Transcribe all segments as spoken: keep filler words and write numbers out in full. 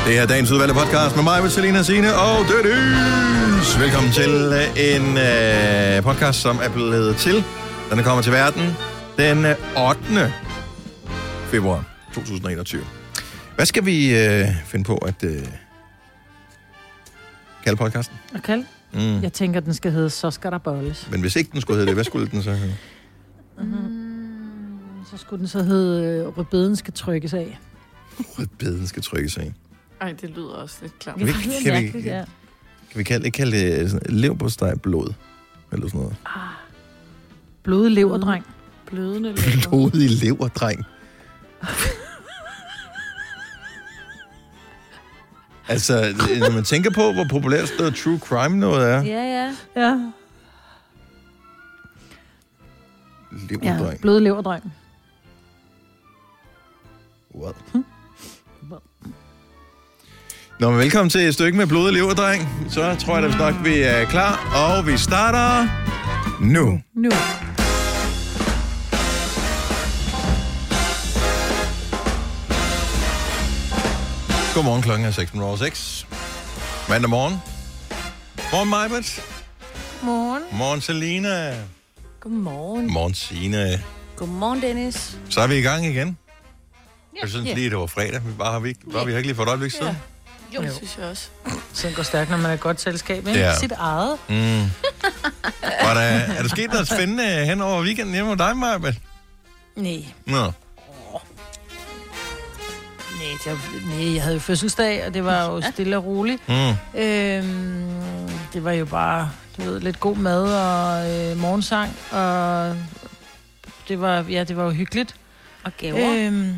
Det er dagens udvalgte podcast med mig, med Selina, Signe og Dennis. Velkommen til en øh, podcast, som er blevet til. Den er kommet til verden den ottende februar to tusind og enogtyve. Hvad skal vi øh, finde på at øh, kalde podcasten? Og kalde? Mm. Jeg tænker, den skal hedde Så skal der bolles. Men hvis ikke den skulle hedde det, hvad skulle den så hedde? Mm, så skulle den så hedde øh, Rødbeden skal trykkes af. Rødbeden skal trykkes af. Ej, det lyder også lidt klart. Kan vi, kan vi, kan, kan vi kalde, ikke kalde det sådan, leverpostej blod? Eller sådan noget. Ah. Blodig leverdreng. Blødende lever. Blodig leverdreng. Altså, når man tænker på, hvor populært stedet true crime noget er. Ja, ja. Ja. Leverdreng. Ja, blodig leverdreng. What? Hmm? Nå, men velkommen til et stykke med blodig leverdreng. Så tror jeg da nok, vi er klar. Og vi starter nu. Nu. Godmorgen, klokken er seks minutter over seks. Mandag morgen. Morgen, Majbert. Morgen. Morgen, Selina. Godmorgen. Morgen, Signe. Godmorgen, Dennis. Så er vi i gang igen. Ja. Jeg synes ja. lige, det var fredag. Vi bare har vi, bare, vi har ikke lige fået et øjeblik siden. Ja. Jo, det synes jeg også. Så går stærkt, når man er et godt selskab, ikke? Ja. Sit eget. Mm. Var der, er der sket noget spændende hen over weekenden hjemme hos dig, Majbert? Nej. Nå. Nej, jeg, nej, jeg havde jo fødselsdag, og det var jo stille og roligt. Mm. Øhm, det var jo bare, du ved, lidt god mad og øh, morgensang, og det var, ja, det var jo hyggeligt. Og gaver. Øhm,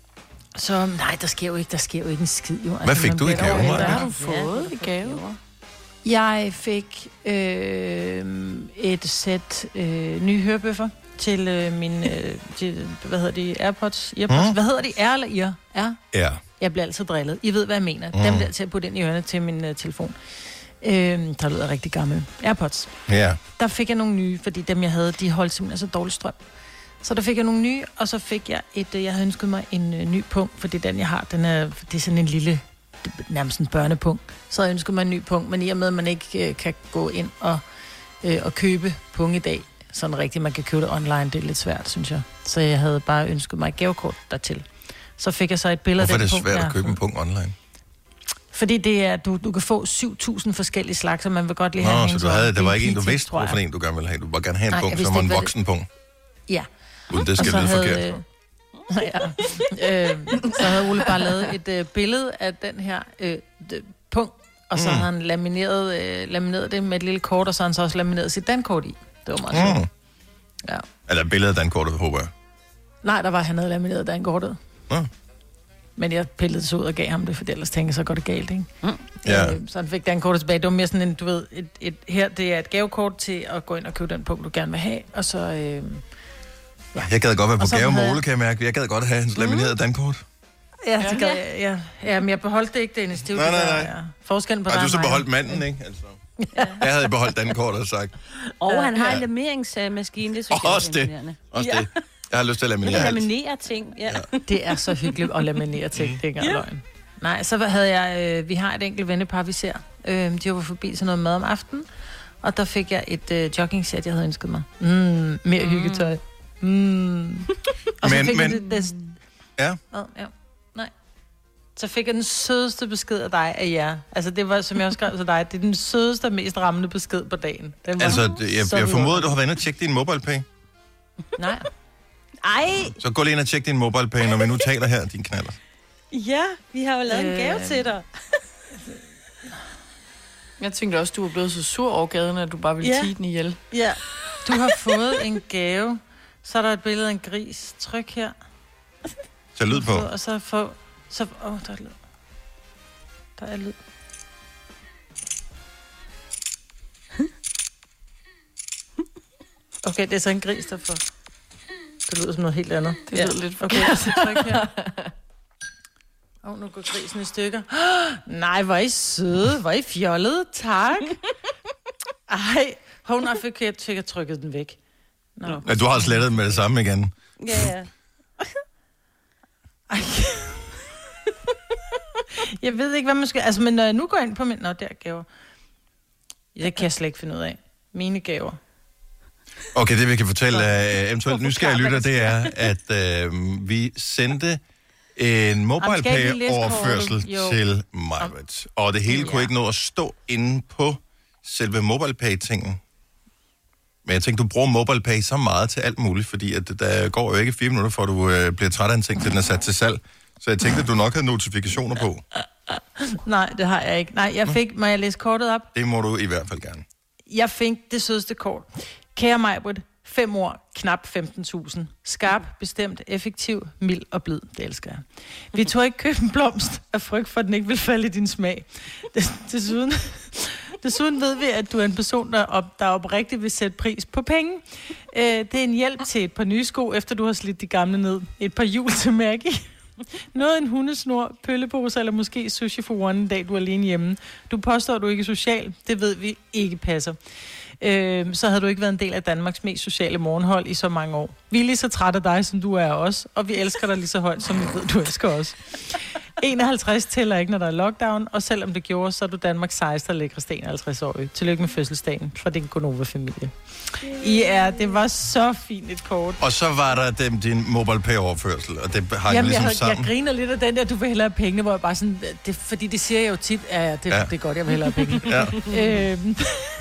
så nej, der sker jo ikke, der sker jo ikke en skid, jo. Hvad fik man du i bliver gave, over- Maja? Hvad Ja. har du fået i gave? Jeg fik øh, et sæt øh, nye hørebøffer til øh, min, øh, til, hvad hedder de, AirPods? AirPods? Mm. Hvad hedder de? Air eller ear? Ja. Ja. Jeg bliver altid drillet. I ved, hvad jeg mener. Mm. Dem der til at putte ind i ørerne til min uh, telefon. Øhm, der lyder rigtig gammel. AirPods. Ja. Der fik jeg nogle nye, fordi dem jeg havde, de holdt simpelthen så dårlig strøm. Så der fik jeg nogle nye, og så fik jeg et, uh, jeg havde ønsket mig en uh, ny punkt, fordi den jeg har, den er, det er sådan en lille, nærmest en børnepunkt. Så jeg ønskede mig en ny punkt, men i og med, at man ikke uh, kan gå ind og, uh, og købe punkt i dag, sådan rigtigt, man kan købe det online, det er lidt svært, synes jeg. Så jeg havde bare ønsket mig et gavekort dertil. Så fik jeg så et billede Hvorfor af er den det punkt, svært jeg at købe har en punkt online? Fordi det er, du, du kan få syv tusind forskellige slags, og man vil godt lige have Nå, en så hængt du havde, over. der var ikke en, Det du er P T, vidste, tror jeg. hvorfor en du gerne ville have. Du vil bare gerne have en Nej, punkt, jeg som vidste var en ikke, hvad voksen punkt. Ja. Uden det Og skal så lyde havde, forkert. ja. øh, så havde Ole bare lavet et øh, billede af den her øh, d- punkt, og så Mm. havde han lamineret, øh, lamineret det med et lille kort, og så havde han så også lamineret sit dankort i. Det var meget sjovt. Mm. Ja. Eller et billede af dankortet, håber jeg. Nej, der var han havde lamineret dankortet. Nå. Men jeg pillede det så ud og gav ham det, for ellers tænkte jeg, så går det galt, ikke? Mm. Ja. Øh, så han fik dankortet tilbage. Det var mere sådan en, du ved, et, et, her det er et gavekort til at gå ind og købe den punkt, du gerne vil have, og så... Øh, Ja. Jeg gad godt være på Og så gave med havde- Ole, kan jeg mærke. Jeg gad godt have hans lamineret dankort. ja, det gør jeg. Ja. Ja, men jeg beholdt det ikke, Dennis. Det er jo Nej, det, nej, der nej. er forskellen på Og dig du og så mig. beholdt manden, ikke? Altså. Jeg havde beholdt dankortet og sagt. Og han har Ja. en lamineringsmaskine, det synes Og jeg også det. imponerende. Også det. Jeg har lyst til at Du kan laminere alt. laminere ting, ja. Det er så hyggeligt at laminere ting, det er ikke engang løgn. Nej, så havde jeg... Øh, vi har et enkelt vennepar, vi ser. Øh, de var forbi til noget mad om aftenen, og der fik jeg et øh, jogging-sæt, jeg havde ønsket mig. Mm, mere mm. hyggetøj. Mm. Og så Men- fik men- jeg det, det, Ja. Hvad? Ja. Nej. Så fik jeg den sødeste besked af dig af jer. Altså, det var, som jeg også skrev til dig, det er den sødeste og mest rammende besked på dagen. Den var Altså, det- jeg, så jeg formoder, vidunderlig. du har været inde og tjekke din MobilePay. Nej. Ej, Så gå lige ind og tjek din MobilePay, når vi nu taler her, din knaller. ja, vi har jo lavet en Øh. gave til dig. Jeg tænkte også, du var blevet så sur over gaden, at du bare ville Ja. tige den ihjel. Ja. Du har fået en gave. Så er der et billede af en gris. Tryk her. Så lyd på. Og så få... Så, åh, der er lyd. Der er lyd. Okay, det er så en gris, der får... Det lyder som noget helt andet. Det lyder lidt Okay, forkert. så tryk her. Åh, oh, nu går grisen i stykker. Nej, hvor er I søde. Hvor er I fjollede. Tak. Ej, hov, nej, fik jeg, fik jeg trykket den væk. Nå. Ja, du har slettet med det samme igen. Ja, ja. Ej. Jeg ved ikke, hvad man skal... Altså, men når jeg nu går ind på min... Nå, der gaver. Det kan jeg slet ikke finde ud af. Mine gaver. Okay, det vi kan fortælle uh, eventuelt nysgerrige lytter, det er, at uh, vi sendte en MobilePay-overførsel til Majbert. Og det hele kunne ja. ikke nå at stå inde på selve MobilePay-tingen. Men jeg tænkte, du bruger MobilePay så meget til alt muligt, fordi at der går jo ikke fire minutter, for du uh, bliver træt af en ting, til den er sat til salg. Så jeg tænkte, at du nok havde notifikationer på. Nej, det har jeg ikke. Nej, jeg fik... Må jeg læse kortet op? Det må du i hvert fald gerne. Jeg fik det sødeste kort. Kære Majbert, fem år, knap femten tusind. Skarp, bestemt, effektiv, mild og blid. Det elsker jeg. Vi tog ikke købe en blomst af frygt for, at den ikke vil falde i din smag. Desuden, desuden ved vi, at du er en person, der, op, der oprigtigt vil sætte pris på penge. Det er en hjælp til et par nye sko, efter du har slidt de gamle ned. Et par hjul til Maggie. Noget en hundesnor, pøllepose eller måske sushi for one en dag, du er alene hjemme. Du påstår, at du ikke er social. Det ved vi ikke passer. Øh, så havde du ikke været en del af Danmarks mest sociale morgenhold i så mange år. Vi er lige så trætte af dig, som du er også, og vi elsker dig lige så højt, som vi ved, du elsker os. enoghalvtreds tæller ikke, når der er lockdown, og selvom det gjorde, så er du Danmarks sejeste og lækreste enoghalvtreds-årige. Tillykke med fødselsdagen fra din Gonova-familie. I er, det var så fint et kort. Og så var der dem, din MobilePay-overførsel, og det hang Jamen, ligesom jeg, sammen. jeg griner lidt af den der, du vil hellere have pengene, hvor jeg bare sådan, det, fordi det siger jeg jo tit, ja, ja, det, ja. det er godt, jeg vil hellere have penge. Ja. øhm.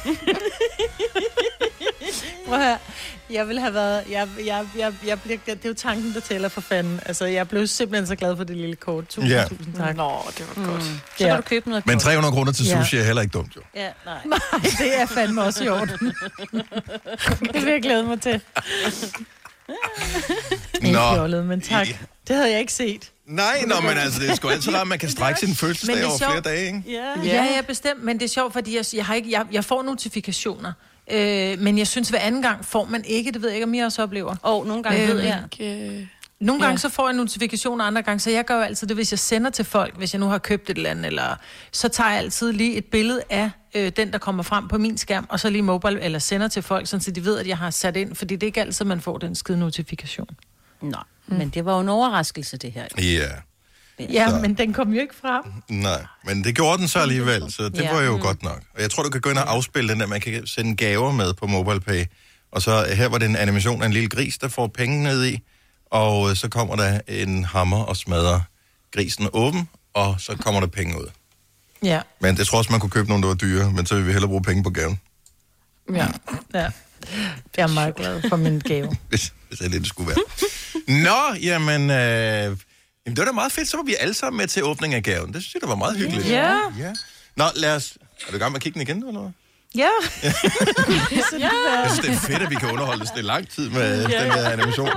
Prøv at høre. Jeg vil have været, jeg, jeg, jeg, jeg bliver, det er jo tanken, der tæller for fanden. Altså, jeg blev simpelthen så glad for det lille kort. Tusind, ja. tusind tak. Nå, det var godt. Mm. Så ja. kan du købe noget. Men tre hundrede kroner til sushi ja. er heller ikke dumt, jo. Ja, nej. Nej, det er fandme også i orden. Det vil jeg glæde mig til. Ikke fjollet, men tak. Det havde jeg ikke set. Nej, nå, men altså, det er sgu altid rart, man kan strække sin fødselsdag over flere dage, ikke? Ja, ja, ja, bestemt. Men det er sjovt, fordi jeg, jeg, har ikke, jeg, jeg får notifikationer. Øh, men jeg synes, hver anden gang får man ikke. Det ved jeg ikke, om I også oplever. Og nogle gange øh, ved jeg. Ikke... Nogle gange ja. så får jeg notifikationer, andre gange, så jeg gør jo altid det, hvis jeg sender til folk, hvis jeg nu har købt et eller andet, eller så tager jeg altid lige et billede af øh, den, der kommer frem på min skærm, og så lige mobile, eller sender til folk, så de ved, at jeg har sat ind, fordi det er ikke altid, man får den skide notifikation. Nej, mm. men det var jo en overraskelse, det her. Ja. Ja, så. Men den kom jo ikke frem. Nej, men det gjorde den så alligevel, så det ja. var jo mm. godt nok. Og jeg tror, du kan gå ind og afspille den der, man kan sende gaver med på MobilePay. Og så her var det en animation af en lille gris, der får penge ned i, og så kommer der en hammer og smadrer grisen åben, og så kommer der penge ud. Ja. Men det tror også, man kunne købe nogle, der var dyre, men så vil vi hellere bruge penge på gaven. Ja, ja. Jeg er meget glad for min gave. Hvis, hvis det, det skulle være. Nå, jamen, øh, jamen, det var da meget fedt. Så var vi alle sammen med til åbning af gaven. Det synes jeg, det var meget hyggeligt. Ja. ja. Nå, lad os... Er du i gang med at kigge den igen, eller hvad? Ja. Jeg synes, det er fedt, at vi kan underholde det. Det er lang tid med ja. den der animation.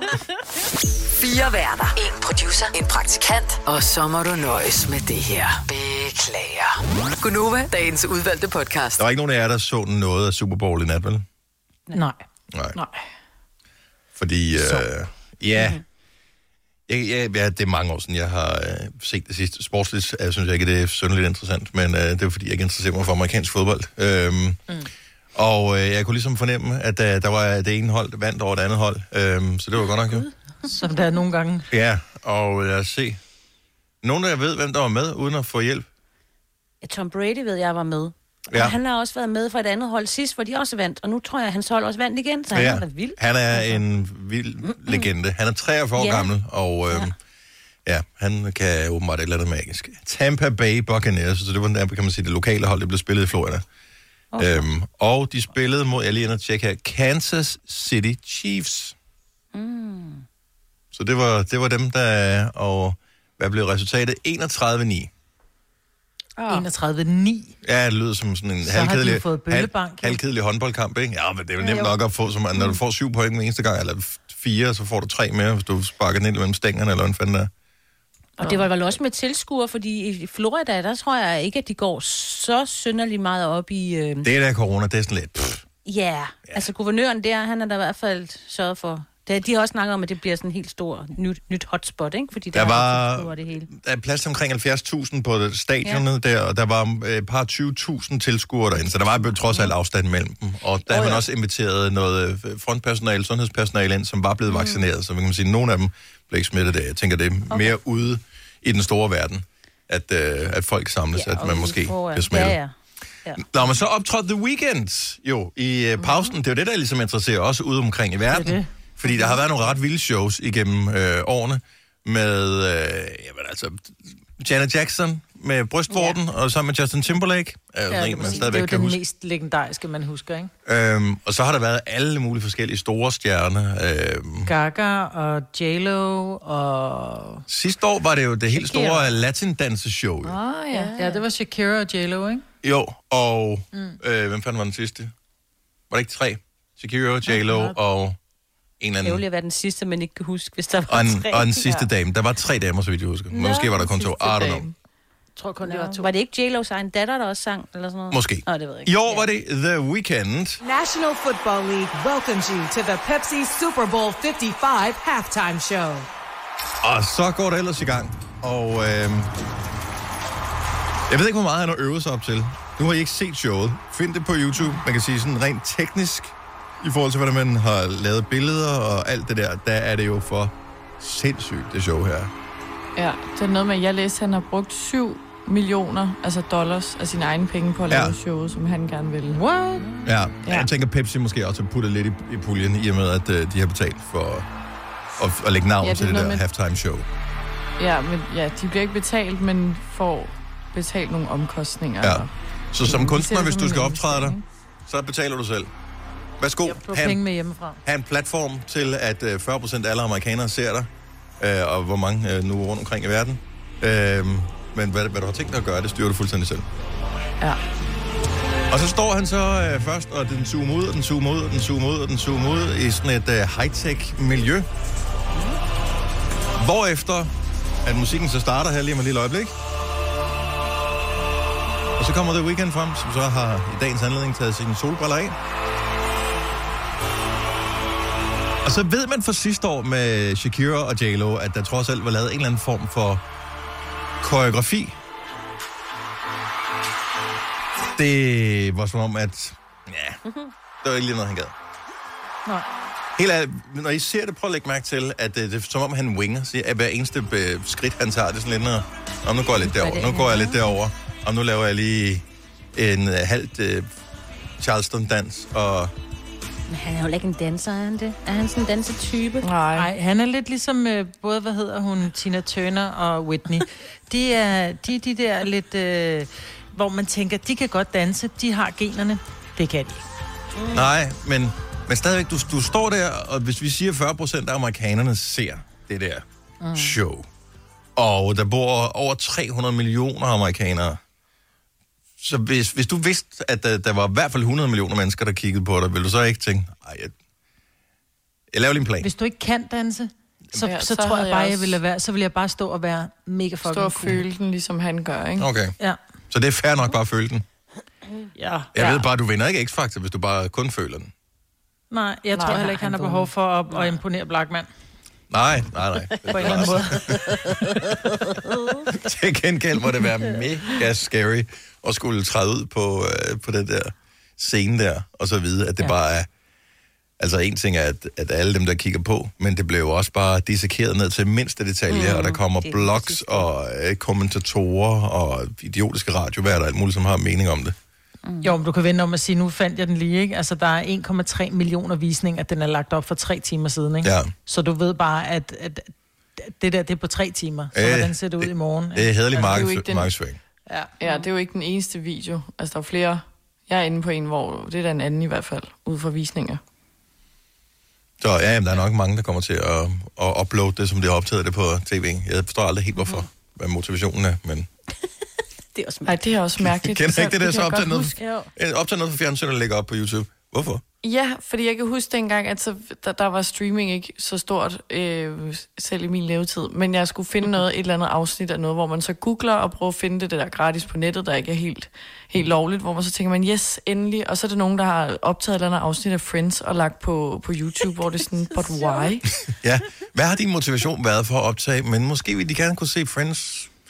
Fire værter. En producer. En praktikant. Og så må du nøjes med det her. Beklager. Gunova, dagens udvalgte podcast. Der var ikke nogen af jer, der så noget af Super Bowl i nat, vel? Nej. Nej. Nej. Fordi, øh, ja... Mm-hmm. Jeg, jeg, ja, det er mange år siden, jeg har øh, set det sidste. Sportsligt jeg synes jeg ikke, det er synderligt interessant, men øh, det er fordi, jeg ikke interesserer mig for amerikansk fodbold. Øhm, mm. Og øh, jeg kunne ligesom fornemme, at øh, der var det ene hold, der vandt over det andet hold. Øhm, så det var godt nok, jo. Som der er nogle gange. Ja, og lad os se. Nogen af jer ved, hvem der var med, uden at få hjælp? Ja, Tom Brady ved jeg var med. Ja. Og han har også været med for et andet hold sidst, hvor de også vandt. Og nu tror jeg, at hans hold også vandt igen, så han ja. er da vild. Han er en vild legende. Han er treogfyrre år Ja. gammel, og øhm, ja. ja, han kan åbenbart et eller andet magisk. Tampa Bay Buccaneers, så det var der, kan man sige, det lokale hold, det blev spillet i Florida. Okay. Øhm, og de spillede mod, jeg lige inde og tjekke her, Kansas City Chiefs. Mm. Så det var, det var dem, der... Og hvad blev resultatet? enogtredive ni. Oh. enogtredive ni. Ja, det lyder som sådan en Så har de halvkedelig, jo fået bøllebank, halv, halvkedelig håndboldkamp, ikke? Ja, men det er jo nemt jo. nok at få, som, når du får syv point den eneste gang, eller fire, så får du tre mere, hvis du sparker den ind mellem stængerne, eller hvad fanden der. Og det var vel også med tilskuere, fordi i Florida, der tror jeg ikke, at de går så synderligt meget op i... Øh... Det er der corona, det er sådan lidt... Pff. Ja, yeah. altså guvernøren der, han har da i hvert fald sørget for... Det, de har også snakket om, at det bliver sådan en helt stor nyt, nyt hotspot, ikke? Fordi der, der var, var det hele. Der er plads til omkring halvfjerds tusind på stadionet ja. der, og der var et par tyve tusind tilskuere derinde, så der var trods alt afstand mellem dem. Og der oh, har man ja. også inviteret noget frontpersonale, sundhedspersonale ind, som var blevet mm. vaccineret, så man kan sige, at nogle af dem blev ikke smittet der. Jeg tænker, det er okay. mere ude i den store verden. at, øh, at folk samles, ja, at man måske får, bliver smittet. Ja, ja. Ja. Nå, men så optrådte The Weeknd jo i uh, pausen. Det er jo det, der ligesom interesserer os ude omkring i verden. Det det. Fordi der har været nogle ret vilde shows igennem øh, årene med, øh, jamen altså, Janet Jackson med brystvorten, ja. Og sammen med Justin Timberlake. Er jo Ja, en, man det er stadigvæk jo kan den huske. mest legendariske, man husker, ikke? Øhm, og så har der været alle mulige forskellige store stjerner. Øhm, Gaga og J-Lo og... sidste år var det jo det helt store Shakira. latin-danseshow. Jo. Ah, ja. Ja, det var Shakira og J-Lo, ikke? Jo, og mm. øh, hvem fanden var den sidste? Var det ikke tre? Shakira, J-Lo Ja, og en anden... Ærgerligt at være den sidste, men ikke kan huske, hvis der var Og en, tre. og en sidste ja. dame. Der var tre damer, så vidt jeg husker. Nå, Måske var der kun to. I don't know. Jeg tror kun, det var to. Var det ikke J-Lo's egen datter, der også sang? Eller sådan noget? Måske. Nå, det ved jeg ikke. I år var det The Weeknd. National Football League welcomes you to the Pepsi Super Bowl femoghalvfems halftime show. Og så går det ellers i gang. Og øh, jeg ved ikke, hvor meget han har øvet sig op til. Nu har I ikke set showet. Find det på YouTube. Man kan sige sådan rent teknisk, i forhold til, hvordan man har lavet billeder og alt det der, der er det jo for sindssygt, det show her. Ja, det er noget med, at jeg læste, at han har brugt syv millioner, altså dollars, af sine egne penge på at lave Ja. showet, som han gerne vil. What? Ja, Ja. jeg tænker Pepsi måske også har puttet lidt i, i puljen, i og med, at uh, de har betalt for at, at lægge navn Ja, ja, det er til det der noget med- halftime show. Ja, men ja, de bliver ikke betalt, men får betalt nogle omkostninger. Ja. og- Så som Vi ser kunstner, det hvis som du en skal optræde dig, investering. så betaler du selv. Værsgo, Du har have, penge med hjemmefra. have en platform til, at uh, fyrre procent af alle amerikanere ser dig, uh, og hvor mange uh, nu rundt omkring i verden. Uh, men hvad, hvad du har tænkt dig at gøre, det styrer du fuldstændig selv. Ja. Og så står han så uh, først, og den zoomer ud, og den zoomer ud, og den zoomer ud, og den zoomer ud i sådan et uh, high-tech miljø. Hvorefter, at musikken så starter her lige om et lille øjeblik. Og så kommer The Weeknd frem, som så har i dagens anledning taget sine solbriller af. Og så ved man for sidste år med Shakira og J-Lo, at der trods alt var lavet en eller anden form for koreografi. Det var som om, at ja, det var ikke lige noget, han gad. Nej. Helt af, når I ser det, prøv at lægge mærke til, at det, det er som om, han winger. Så at hver eneste øh, skridt, han tager, det er sådan lidt, når, om nu går jeg lidt derover, nu går jeg lidt derover, og nu laver jeg lige en øh, halvt øh, Charleston-dans, og Men han er jo ikke en danser, er han det? Er han sådan en dansetype? Nej. Nej, han er lidt ligesom øh, både, hvad hedder hun, Tina Turner og Whitney. De er de, de der lidt, øh, hvor man tænker, de kan godt danse, de har generne. Det kan de. Mm. Nej, men, men stadigvæk, du, du står der, og hvis vi siger fyrre procent af amerikanerne ser det der mm. show, og der bor over tre hundrede millioner amerikanere, så hvis, hvis du vidste, at der, der var i hvert fald hundrede millioner mennesker, der kiggede på dig, ville du så ikke tænke, ej, jeg, jeg laver lige en plan. Hvis du ikke kan danse, så, Ja, ja, så, så så tror havde jeg bare, jeg jeg også- ville være, så ville jeg bare stå og være mega fucking Stå og cool. føle den, ligesom han gør, ikke? Okay, Ja. så det er fair nok bare at føle den. Ja. Jeg ja. ved bare, du vinder ikke X-Factor, hvis du bare kun føler den. Nej, jeg Nej, tror heller nej, ikke, han har han behov for at, at imponere Blackman. Nej, nej, nej. På en eller anden måde. Til gengæld må det være mega scary at skulle træde ud på, øh, på den der scene der, og så vide, at det ja. bare er... Altså en ting er, at, at alle dem, der kigger på, men det blev jo også bare dissekeret ned til mindste detaljer, mm, og der kommer blogs og øh, kommentatorer og idiotiske radioværter og alt muligt, som har mening om det. Mm. Jo, men du kan vende om at sige, nu fandt jeg den lige, ikke? Altså, der er en komma tre millioner visninger, den er lagt op for tre timer siden, ikke? Ja. Så du ved bare, at, at det der, det er på tre timer. Så Øh, hvordan ser det ud i morgen? Det er hederlig Altså, det er jo markedsføring. ikke den- markedsføring. Ja. Ja, det er jo ikke den eneste video. Altså, der er flere... Jeg er inde på en, hvor det er der en anden i hvert fald, ud fra visninger. Så ja, jamen, der er nok mange, der kommer til at, at uploade det, som de har optaget det på tv. Jeg forstår aldrig helt, hvorfor, hvad motivationen er, men... Det er også Nej, det er også mærkeligt. Kender ikke det der, så kan jeg optaget godt noget, huske. øh, optaget noget for fjernsynet, der ligger op på YouTube? Hvorfor? Ja, fordi jeg kan huske dengang, at så, der, der var streaming ikke så stort, øh, selv i min levetid. Men jeg skulle finde noget, et eller andet afsnit af noget, hvor man så googler og prøver at finde det, det der gratis på nettet, der ikke er helt, helt lovligt. Hvor man så tænker man, yes, endelig. Og så er der nogen, der har optaget et eller andet afsnit af Friends og lagt på, på YouTube, hvor det er sådan, but why? Ja, hvad har din motivation været for at optage? Men måske vil de gerne kunne se Friends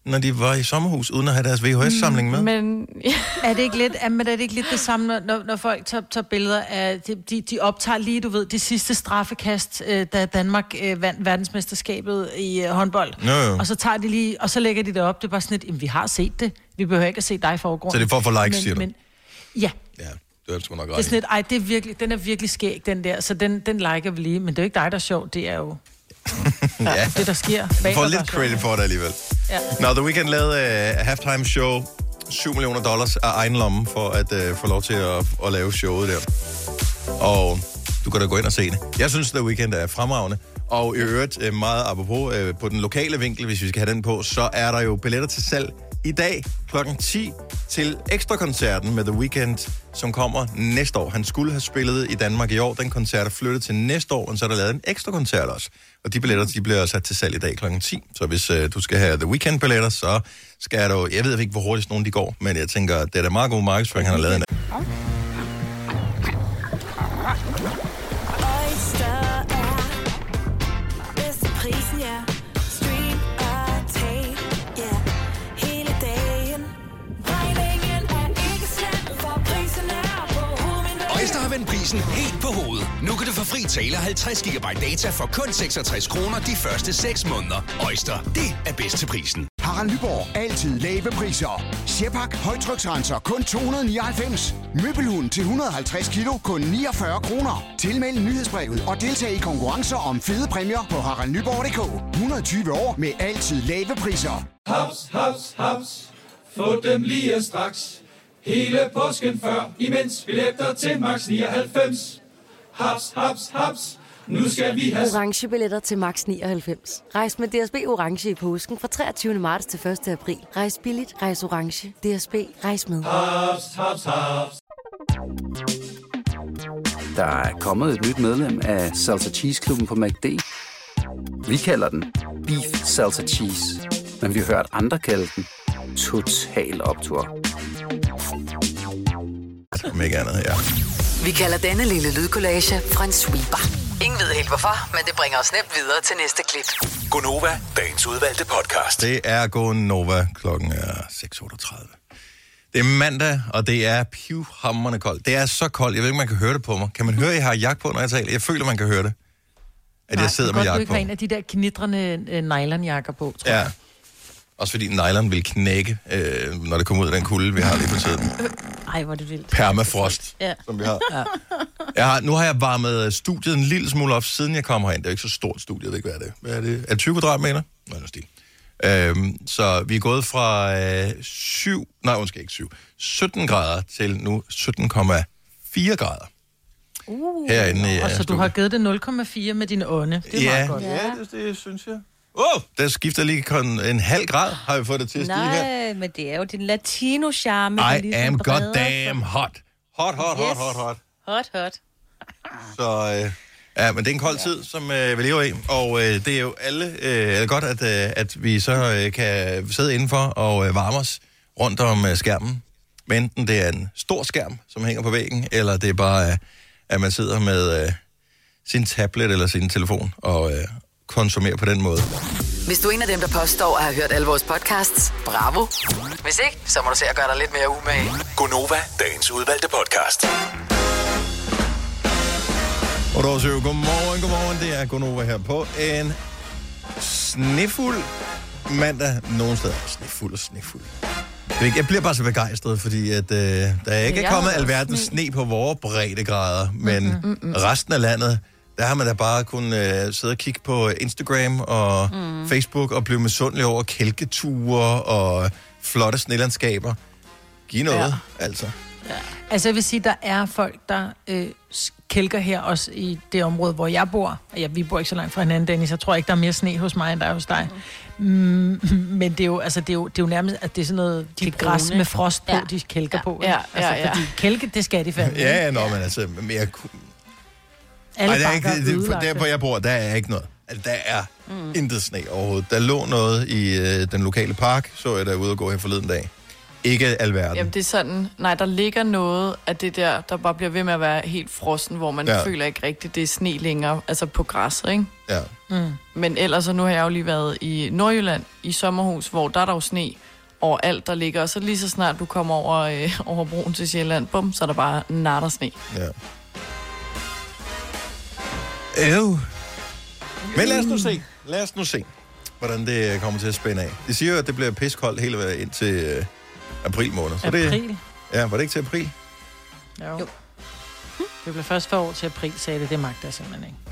når de var i sommerhus, uden at have deres V H S-samling med. Men ja. Er det ikke lidt, er, men er det ikke lidt det samme, når, når, når folk tager, tager billeder af... De, de, de optager lige, du ved, det sidste straffekast, øh, da Danmark øh, vandt verdensmesterskabet i øh, håndbold. Jo, jo. Og så tager de lige, og så lægger de det op. Det er bare sådan lidt, vi har set det. Vi behøver ikke at se dig i forgrunden. Så det er for at få likes, men, siger du? Men, ja. Ja, det er sgu nok Det er ret sådan lidt, ej, det er virkelig, den er virkelig skæg, den der. Så den, den liker vi lige. Men det er jo ikke dig, der er sjov. Det er jo ja. det, der sker. Du får Bag, lidt credit for det alligevel. Ja. Nå, The Weeknd lavede uh, halftime show. syv millioner dollars af egen lomme for at uh, få lov til at, at lave showet der. Og du kan da gå ind og se det. Jeg synes, The Weeknd er fremragende. Og i øvrigt, uh, meget apropos, uh, på den lokale vinkel, hvis vi skal have den på, så er der jo billetter til salg i dag klokken ti til Ekstra-koncerten med The Weeknd, som kommer næste år. Han skulle have spillet i Danmark i år. Den koncert er flyttet til næste år, og så er der lavet en ekstra-koncert også. Og de billetter, de bliver sat til salg i dag klokken ti. Så hvis uh, du skal have The Weeknd-billetter, så skal du... Jeg ved ikke, hvor hurtigt nogen de går, men jeg tænker, det er da meget god markedsføring, han har lavet. Øjster har vendt prisen helt på hovedet. Nu kan du få fri tale halvtreds gigabyte data for kun seksogtres kroner de første seks måneder. Øjster, det er bedst til prisen. Harald Nyborg. Altid lave priser. Sjehpak. Højtryksrenser. Kun to hundrede nioghalvfems. Møbelhund til et hundrede og halvtreds kilo. Kun niogfyrre kroner. Tilmeld nyhedsbrevet og deltag i konkurrencer om fede præmier på harald nyborg punktum d k. et hundrede og tyve år med altid lave priser. Haps, haps, haps. Få dem lige straks. Hele påsken før, imens billetter til max nioghalvfems. Haps, haps, haps. Nu skal vi have orange billetter til max nioghalvfems. Rejs med D S B orange i påsken fra treogtyvende marts til første april. Rejs billigt, rejs orange. D S B, rejs med. haps, haps, haps. Der er kommet et nyt medlem af Salsa Cheese Klubben på McD. Vi kalder den Beef Salsa Cheese, men vi har hørt andre kalde den Total Optur. Om ikke andet, ja. Vi kalder denne lille lydkollage en sweeper. Ingen ved helt hvorfor, men det bringer os nemt videre til næste klip. Gonova, dagens udvalgte podcast. Det er Gonova, klokken er seks otteogtredive. Det er mandag, og det er pivhamrende koldt. Det er så koldt, jeg ved ikke, man kan høre det på mig. Kan man høre, at jeg har jakke på, når jeg taler? Jeg føler, man kan høre det. At Nej, jeg sidder det med godt, jakke du ikke på. har en af de der knitrende øh, nylonjakker på, tror Ja. jeg. Også fordi nylon vil knække, øh, når det kommer ud af den kulde, vi har lige på tiden. Ej, hvor er det vildt. Permafrost, Ja. som vi har. Ja. Jeg har. Nu har jeg varmet studiet en lille smule op, siden jeg kom herind. Det er jo ikke så stort studie, jeg ved ikke, hvad er det. Hvad er det? Er det tyve kvadratmeter? Nej, det er stil. Øhm, så vi er gået fra øh, syv, nej, undskyld ikke syv, sytten grader til nu sytten komma fire grader. Uh, Herinde i, og øh, så du har givet det nul komma fire med dine ånde. Det er Ja, meget godt. ja det, det synes jeg. Åh, oh, der skifter lige kun en halv grad, har vi fået det til at stige her. Nej, men det er jo din latino-charme. der I ligesom am breder goddamn sig. hot. Hot, hot, hot, Yes. hot, hot. Hot, hot. Så øh, ja, men det er en kold tid, som øh, vi lever i, og øh, det er jo alle øh, er det godt, at, øh, at vi så øh, kan sidde indenfor og øh, varme os rundt om øh, skærmen. Men enten det er en stor skærm, som hænger på væggen, eller det er bare, øh, at man sidder med øh, sin tablet eller sin telefon og øh, konsumerer på den måde. Hvis du er en af dem, der påstår at have hørt alle vores podcasts, bravo. Hvis ikke, så må du se at gøre dig lidt mere umage. Gonova, dagens udvalgte podcast. Og der er godmorgen, godmorgen. Det er Gonova her på en snefuld mandag. Nogle steder snefuld og snefuld. Jeg bliver bare så begejstret, fordi at, øh, der er ikke Jeg kommet har alverdens sne. sne på vores breddegrader, men Mm-mm. resten af landet, der har man da bare kunnet øh, sidde og kigge på Instagram og mm. Facebook og blive misundelig over kælketure og flotte snelandskaber. Giv noget, ja. altså. Altså jeg vil sige, der er folk, der øh, kælker her også i det område, hvor jeg bor. Ja, vi bor ikke så langt fra hinanden, Dennis. Jeg tror ikke, der er mere sne hos mig, end der er hos dig. Mm. Men det er jo, altså, det er jo, det er jo nærmest, at det er sådan noget, de det er græs med frost på, ja. de kælker ja. på. Ja, ja, altså, ja. fordi kælke, det skal de fandme. Ja, ja, nå, men altså, mere... Alle Ej, der er bakker ikke, er det, der, hvor jeg bor, der er ikke noget. Altså, der er mm. intet sne overhovedet. Der lå noget i øh, den lokale park, så jeg der ude og gå her forleden dag. ikke alverden. Jamen, det er sådan... Nej, der ligger noget af det der, der bare bliver ved med at være helt frossen, hvor man Ja. føler ikke rigtigt, det er sne længere, altså på græsset, ikke? Ja. Mm. Men ellers, så nu har jeg jo lige været i Nordjylland, i sommerhus, hvor der er der jo sne overalt, der ligger. Og så lige så snart du kommer over, øh, over broen til Sjælland, bum, så er der bare natter sne. Ja. Øv. Men lad os nu se. Lad os nu se, hvordan det kommer til at spænde af. De siger jo, at det bliver piskoldt hele vejen ind til øh, april måned. Så April? Det, ja, var det ikke til april? Jo. jo. Det bliver først for år til april, sagde det. Det magter jeg simpelthen ikke.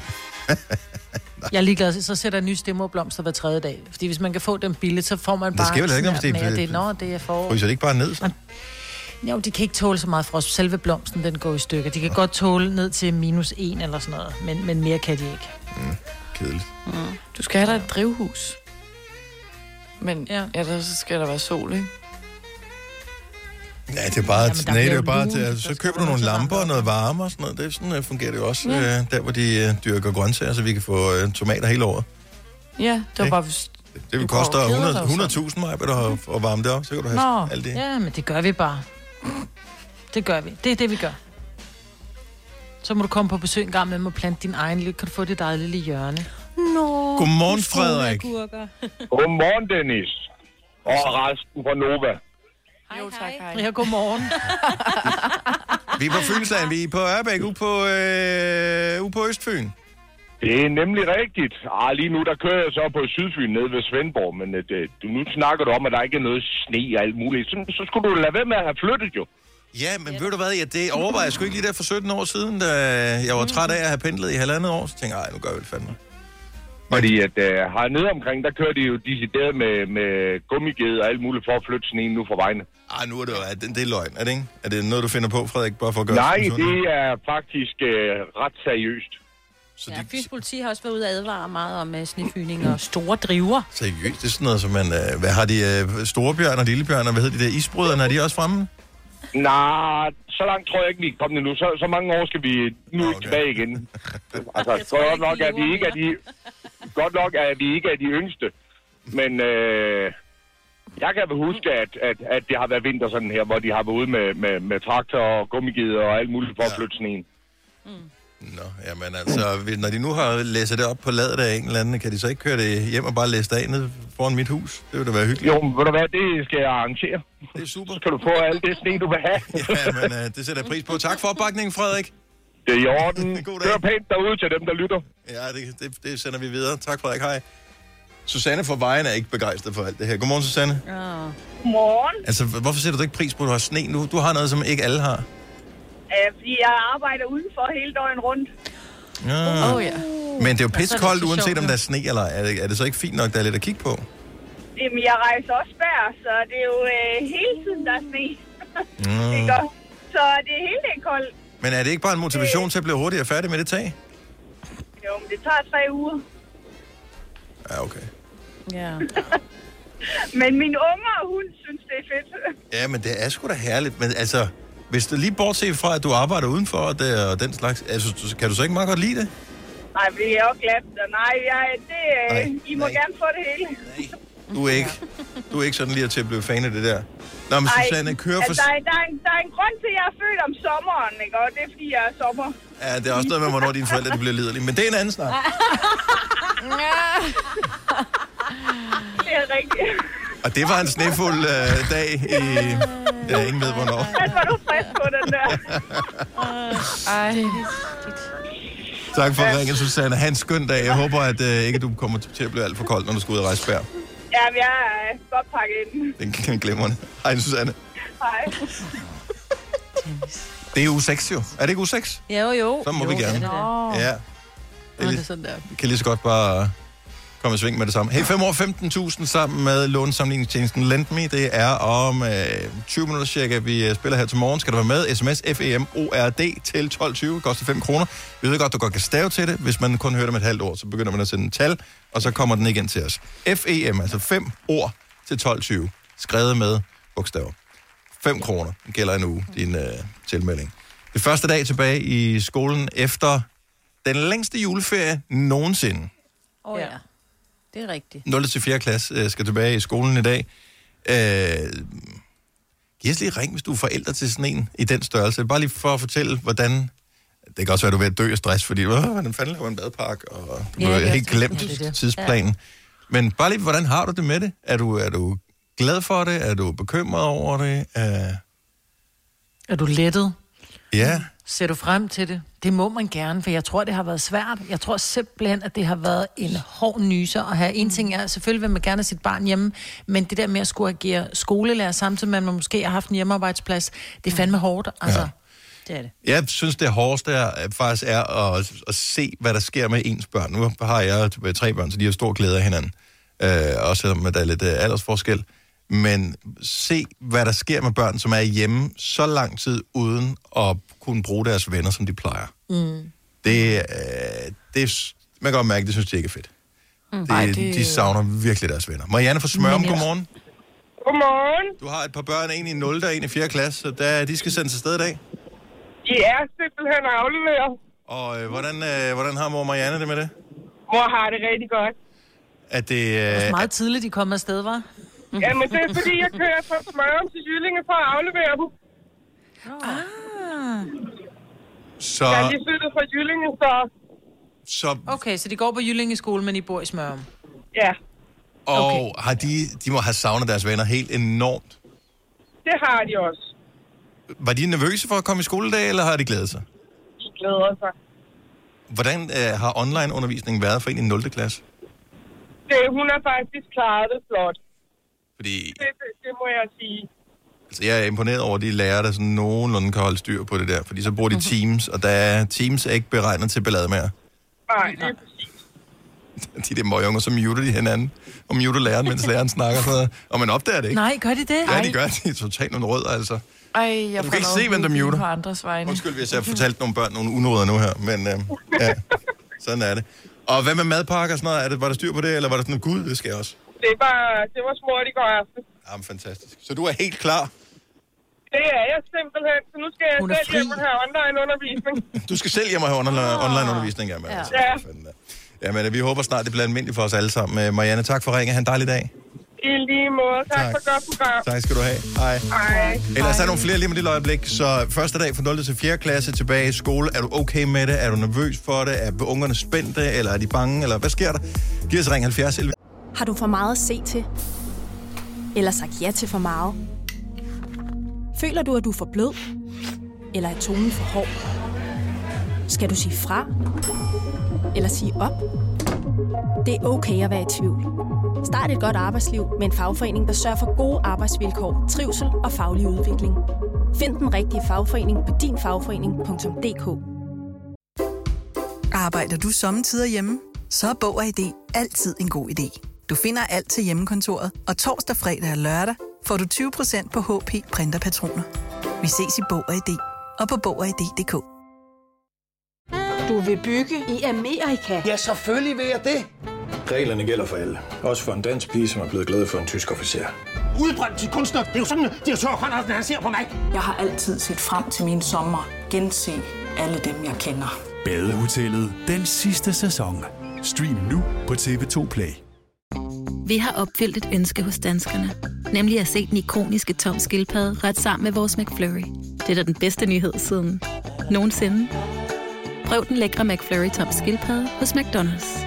Jeg er ligeglad. Så sætter jeg nye stemmerblomster hver tredje dag. Fordi hvis man kan få dem billigt, så får man bare... Det skal vel ikke, om det, det, det, når det er forår. Fryser det ikke bare ned, så? Jo, de kan ikke tåle så meget frost. Selve blomsten, den går i stykker. De kan ja. godt tåle ned til minus en eller sådan noget. Men, men mere kan de ikke. Mm, kedeligt. Mm. Du skal have dig et drivhus. Men ja, ja der, så skal der være sol, ikke? Ja, det er bare... Jamen, Ja, nej, det er bare... lun, til, altså, så køber du nogle lamper og noget varme og sådan noget. Det er sådan, uh, fungerer det jo også. Ja. Uh, der, hvor de uh, dyrker grøntsager, så vi kan få uh, tomater hele året. Ja, det var ikke? bare... Det, det vil koste hundrede tusind mig, at, at varme det op. Så kan du have alt det. Ja, men det gør vi bare. Det gør vi. Det er det, vi gør. Så må du komme på besøg en gang med og plante din egen lille... Kan du få dit eget lille hjørne? Nå. Godmorgen, Frederik. Godmorgen, Dennis. Og resten fra Nova. Hej, jo, tak, hej. Ja, godmorgen. Vi er på Fynsland. Vi er på Ørbæk, ude på, øh, ude på Østfyn. Det er nemlig rigtigt. Ah, lige nu, der kører jeg så på Sydfyn nede ved Svendborg, men det, du, nu snakker du om, at der ikke er noget sne og alt muligt. Så, så skulle du lade være med at have flyttet, jo. Ja, men ved du hvad, ja, det overvejede jeg sgu ikke lige der for sytten år siden, da jeg var træt af at have pendlet i halvandet år. Så tænkte jeg, ej, nu gør vi det fandme. Fordi at uh, hernede omkring, der kører de jo decideret med, med gummiged og alt muligt for at flytte sneen nu fra vejene. Ej, nu er det jo, det, det er løgn, er det ikke? Er det noget, du finder på, Frederik, bare for at gøre Nej, det? det er faktisk uh, ret seriøst. Så ja, de... Fyns politi har også været ude at advare meget om uh, snefyning og store driver. Seriøst, det er sådan noget, som man... Uh, hvad har de uh, storebjørn og lillebjørn, og hvad hedder de der isbryderne, er de også fremme? Nej, så langt tror jeg ikke, vi er kommet nu. Så, så mange år skal vi nu okay. tilbage igen. Altså, godt nok er vi ikke af de... Godt nok er vi ikke af de yngste. Men øh, jeg kan huske, at, at, at det har været vinter sådan her, hvor de har været ude med, med, med traktor og gummigider og alt muligt for at flytte sneen. Mm. Nå, jamen altså, når de nu har læsset det op på ladet af en eller anden, kan de så ikke køre det hjem og bare læse det af ned foran mit hus? Det ville da være hyggeligt. Jo, men ved du hvad, det skal jeg arrangere. Det er super. Så skal du få alt det sne, du vil have. Ja, men uh, det sætter jeg pris på. Tak for opbakningen, Frederik. Det er i orden. Kør pænt derude til dem, der lytter. Ja, det, det, det sender vi videre. Tak, Frederik. Hej. Susanne fra Vejen er ikke begejstret for alt det her. Godmorgen, Susanne. Ja. Godmorgen. Altså, hvorfor sætter du ikke pris på, at du har sne nu? Du har noget, som ikke alle har. Uh, fordi jeg arbejder udenfor hele døgn rundt. Ja. Oh, ja. Men det er jo pissekoldt, uanset om der er sne, eller er det, er det så ikke fint nok, der er lidt at kigge på? Jamen, jeg rejser også bær, så det er jo uh, hele tiden, der er sne. Mm. Det går. Så det er hele dagen koldt. Men er det ikke bare en motivation til at blive hurtigere færdig med det tag? Jo, men det tager tre uger. Ja, okay. Ja. Men min unger og hun synes, det er fedt. Ja, men det er sgu da herligt. Men altså, hvis du lige bortset fra, at du arbejder udenfor og, det, og den slags, altså, kan du så ikke meget godt lide det? Nej, vi er jo glat. Nej, jeg, det, nej, I må nej. gerne få det hele. Nej. Du er ikke, du er ikke sådan lige til at blive fan af det der. Nå, men Susanne, kører for... Altså, der, er, der, er en, der er en grund til, at jeg er født om sommeren, ikke? Og det er, fordi jeg er sommer. Ja, det er også noget med, hvornår dine forældre de bliver liderlige. Men det er en anden snak. Det er rigtigt. Og det var en snefuld øh, dag i... Ja, ingen ved, hvornår. Den var du frisk på, den der. Ej. Tak for ringen, Susanne. Ha' en skøn dag. Jeg håber, at øh, ikke du kommer til at blive alt for koldt, når du skal ud og rejse bær. Ja, jeg er godt pakket ind. Det kan glemrende. Hej, Susanne. Hej. Det er uge seks, jo. Er det ikke uge seks? Jo, jo. Så må jo, vi gerne. Det det. Ja. Det er lige, sådan der. kan lige så godt bare komme i sving med det samme. Hey, fem år femten tusind sammen med lånesamligningstjenesten LendMe. Det er om øh, tyve minutter cirka, vi spiller her til morgen. Skal du være med? Sms F E M O R D til tolv tyve. Koster fem kroner. Vi ved godt, du godt kan stave til det. Hvis man kun hører det med et halvt ord, så begynder man at sende en tal, og så kommer den igen til os. F E M, altså fem ord til tolv tyve. Skrevet med bogstaver. fem kroner gælder en uge, din øh, tilmelding. Det første dag tilbage i skolen efter den længste juleferie nogensinde. Åh oh, ja. Det er rigtigt. nul til fjerde klasse øh, skal tilbage i skolen i dag. Øh, giv os lige ring, hvis du er forældre til sådan en i den størrelse. Bare lige for at fortælle, hvordan... Det kan også være, at du er ved at dø af stress, fordi hvordan fanden laver en madpakke, og du har ja, helt glemt det, det. tidsplanen. Ja. Men bare lige, hvordan har du det med det? Er du, er du glad for det? Er du bekymret over det? Er, er du lettet? Ja. Ser du frem til det? Det må man gerne, for jeg tror, det har været svært. Jeg tror simpelthen, at det har været en hård nyser at have. En ting er, selvfølgelig vil man gerne have sit barn hjemme, men det der med at skulle agere skolelærer, samtidig med, at man måske har haft en hjemmearbejdsplads, det er fandme hårdt, altså. Ja. Det er det. Jeg synes, det hårdeste er, faktisk er at, at se, hvad der sker med ens børn. Nu har jeg tre børn, så de har stor glæde af hinanden. Øh, også selvom der er lidt uh, aldersforskel. Men se, hvad der sker med børn, som er hjemme så lang tid, uden at kunne bruge deres venner, som de plejer. Mm. Det, øh, det, man kan godt mærke, det synes de ikke er fedt. Mm. Det, Ej, det... De savner virkelig deres venner. Marianne fra Smørum, godmorgen. Godmorgen. Du har et par børn, en i nul og en i fjerde klasse, så der, de skal sendes afsted i dag. De er simpelthen afleveret. Og øh, hvordan, øh, hvordan har mor Marianne det med det? Mor har det rigtig godt. Er det... Øh, det er meget tidligt, de kommer afsted, var? Ja, men det er fordi, jeg kører fra Smørum til Jyllinge for at aflevere dem. Ah. Så... Ja, de flytter fra Jyllinge, så... så... Okay, så de går på Jyllinge skole, men de bor i Smørum? Ja. Og okay. har de, de må have savnet deres venner helt enormt? Det har de også. Var de nervøse for at komme i skoledag, eller har de glædet sig? De glæder sig. Hvordan øh, har online-undervisningen været for en i nul klasse? Det, hun har faktisk klaret det flot. Fordi... Det, det, det må jeg sige. Altså, jeg er imponeret over, at de lærere, der sådan nogenlunde kan holde styr på det der. Fordi så bruger de Teams, og der er Teams er ikke beregnet til ballade mere. Nej, det er præcis. De der møgunger, så muter de hinanden. Og muter læreren, mens læreren snakker. Sådan noget. Og man opdager det ikke. Nej, gør de det? Ja, de gør det. De er totalt nogle rød, altså. Ej, jeg du kan ikke se, hvem der muter. På andres vegne. Undskyld, hvis jeg har fortalt nogle børn nogle unåder nu her. Men øh, ja, sådan er det. Og hvad med madpakker og sådan noget? Er det, var der styr på det, eller var der sådan noget, gud, det skal jeg også? Det var, det var smurt i går aften. Jamen, fantastisk. Så du er helt klar? Det er jeg simpelthen. Så nu skal jeg selv hjem og have online-undervisning. Du skal selv hjem og have online-undervisning, ja. Ja. Altså. Ja. Jamen, vi håber snart, det bliver almindeligt for os alle sammen. Marianne, tak for ringen. Ha' en dejlig dag. I lige måde. Tak, tak. for godt program. Tak skal du have. Hej. Hej. Ellers er der nogle flere lige med det øjeblik. Så første dag fra nul til fjerde klasse tilbage i skole. Er du okay med det? Er du nervøs for det? Er ungerne spændte? Eller er de bange? Eller hvad sker der? Giv os ring halvfjerds elleve. Har du for meget at se til? Eller sagt ja til for meget? Føler du, at du er for blød? Eller er tonen for hård? Skal du sige fra? Eller sige op? Det er okay at være i tvivl. Start et godt arbejdsliv med en fagforening, der sørger for gode arbejdsvilkår, trivsel og faglig udvikling. Find den rigtige fagforening på din fagforening punktum d k. Arbejder du sommetider hjemme? Så er Bog og I D altid en god idé. Du finder alt til hjemmekontoret, og torsdag, fredag og lørdag får du tyve procent på H P printerpatroner. Vi ses i Bog og I D og på bog og i d punktum d k. Du vil bygge i Amerika? Ja, selvfølgelig vil jeg det. Reglerne gælder for alle. Også for en dansk pige, som er blevet glad for en tysk officer. Udbrændt til kunstner. Det er jo sådan, at de har tørt, han ser på mig. Jeg har altid set frem til min sommer. Gense alle dem, jeg kender. Badehotellet den sidste sæson. Stream nu på T V to Play. Vi har opfyldt et ønske hos danskerne. Nemlig at se den ikoniske Tom Skildpadde ret sammen med vores McFlurry. Det er da den bedste nyhed siden nogensinde. Prøv den lækre McFlurry Tom Skildpadde hos McDonald's.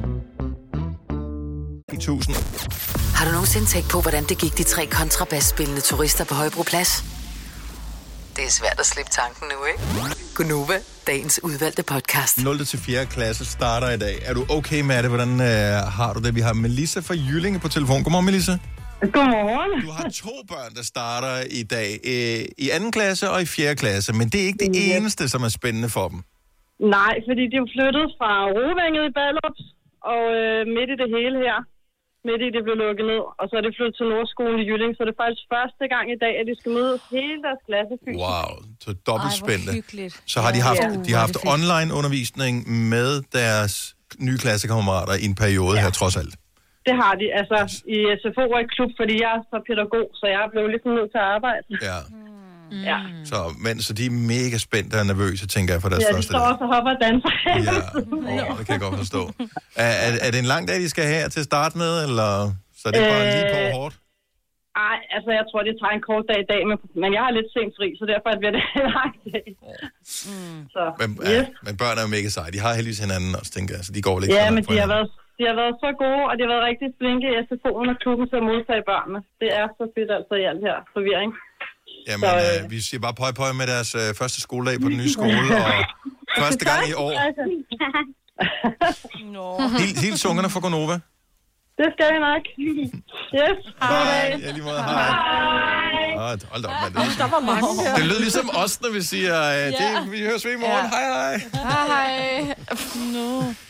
tusind. Har du nogensinde tænkt på, hvordan det gik de tre kontrabasspillende turister på Højbroplads? Det er svært at slippe tanken nu, ikke? Gunova, dagens udvalgte podcast. nul til fjerde klasse starter i dag. Er du okay med det? Hvordan øh, har du det? Vi har Melissa fra Jyllinge på telefon. Godmorgen, Melissa. Godmorgen. Du har to børn, der starter i dag. Øh, I anden klasse og i fjerde klasse. Men det er ikke det yes. eneste, som er spændende for dem. Nej, fordi de er flyttet fra Rovænget i Ballups, og øh, midt i det hele her. Midt i det blev lukket ned, og så er det flyttet til Nordskolen i Jyllinge, så det er faktisk første gang i dag, at de skal møde hele deres klasse fysisk. Wow, så dobbelt spændende. Så har de haft, ja. de har haft online undervisning med deres nye klassekammerater i en periode ja. her, trods alt. Det har de, altså i S F O og i klub, fordi jeg er så pædagog, så jeg er blevet lidt nødt til at arbejde. Ja. Mm. Ja. Så, men, så de er mega spændte og nervøse, tænker jeg, for deres ja, første dag. Ja, de står også og hopper og danser. Ja, oh, det kan jeg godt forstå. Er, er, er det en lang dag, de skal have til at starte med, eller så er det øh, bare lige på hårdt? Ej, altså jeg tror, det tager en kort dag i dag, men, men jeg har lidt sent fri, så derfor bliver det en lang dag. Mm. Så, men, yes. ja, men børn er jo mega seje. De har heldigvis hinanden også, tænker jeg, så de går lidt Ja, for, men for de har, været, de har været så gode, og de har været rigtig flinke i S F O'en og klubben til at modtage børnene. Det er så fedt altså i alt her forvirring. Jamen, så, øh, vi siger bare pøj pøj med deres øh, første skoledag på den nye skole, og første gang i år. Hils, hils ungerne fra Gonova. Det skal jeg nok. Yes. Hej. Ja, lige måde. Hej. Hej. Hold da op, mand. Der var mange her. Det lød ligesom os, når vi siger, uh, det, vi høres ved i morgen. Ja. Hej, hej. Hej, hej. No.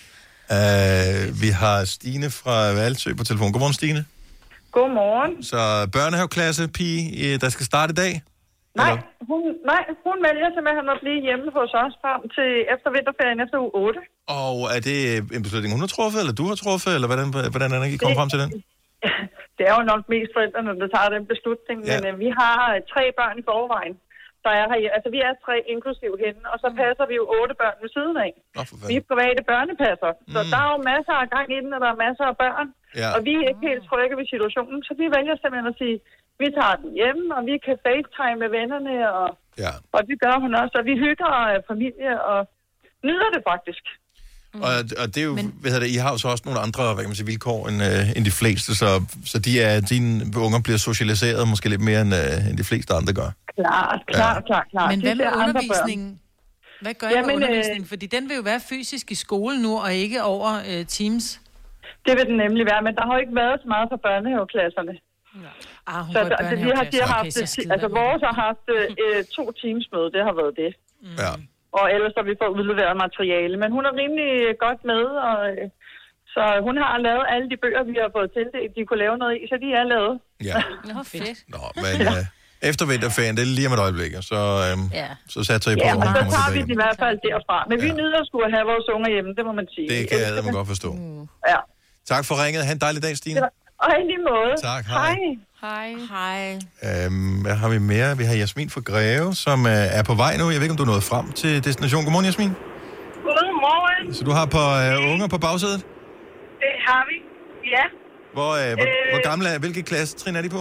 Uh, vi har Stine fra Valsø på telefon. Godmorgen, Stine. Godmorgen. Så børnehaveklasse, pige, der skal starte i dag? Nej, hun, nej, hun vælger simpelthen at blive hjemme hos os frem til efter vinterferien efter uge otte. Og er det en beslutning, hun har truffet, eller du har truffet, eller hvordan, hvordan er det, I kommer frem til den? Det er jo nok mest forældrene, der tager den beslutning, ja. Men uh, vi har tre børn i forvejen. Der er her, altså vi er tre inklusiv hende, og så passer vi jo otte børn ved siden af. Oh, vi er private børnepasser, så mm. der er jo masser af gang i den, og der er masser af børn. Ja. Og vi er ikke helt trygge ved situationen, så vi vælger simpelthen at sige, vi tager den hjemme, og vi kan FaceTime med vennerne, og, ja. og det gør hun også. Og vi hygger uh, familie og nyder det faktisk. Mm. Og, og det er jo, Men... hvad hedder det, I har jo så også nogle andre hvad kan man sige, vilkår end, uh, end de fleste, så, så de er, dine unger bliver socialiseret måske lidt mere end, uh, end de fleste andre gør. Klart, klart, ja. klart, klart. Men hvad med undervisningen? Hvad gør I med undervisningen? Fordi den vil jo være fysisk i skolen nu, og ikke over uh, Teams. Det vil den nemlig være, men der har jo ikke været så meget for børnehaveklasserne. Ja. Ah, hun så går i altså, de har, de har okay, haft, okay, altså vores har haft øh, to teamsmøde, det har været det. Mm. Ja. Og ellers har vi fået udleveret materiale, men hun er rimelig godt med, og øh, så hun har lavet alle de bøger, vi har fået tildelt, de kunne lave noget i, så de er lavet. Ja. Nå, fedt. Nå, men øh, efter vinterferien, det er lige om et øjeblik, så, øh, ja. så satser I på, ja, at hun kommer tilbage. Ja, så tager vi det i hvert fald derfra. Men ja. vi nyder at skulle have vores unger hjemme, det må man sige. Det kan jeg man godt forstå. Mm. Ja. Tak for ringet. Ha' en dejlig dag, Stine. Og i lige måde. Tak, hej. Hej. Hej. Øhm, hvad har vi mere? Vi har Jasmin fra Greve, som øh, er på vej nu. Jeg ved ikke, om du er nået frem til destination. Godmorgen, Jasmin. Godmorgen. Så du har på øh, unger på bagsædet? Det har vi, ja. Hvor, øh, hvor, øh, hvor gamle er, hvilke klassetrin er de på?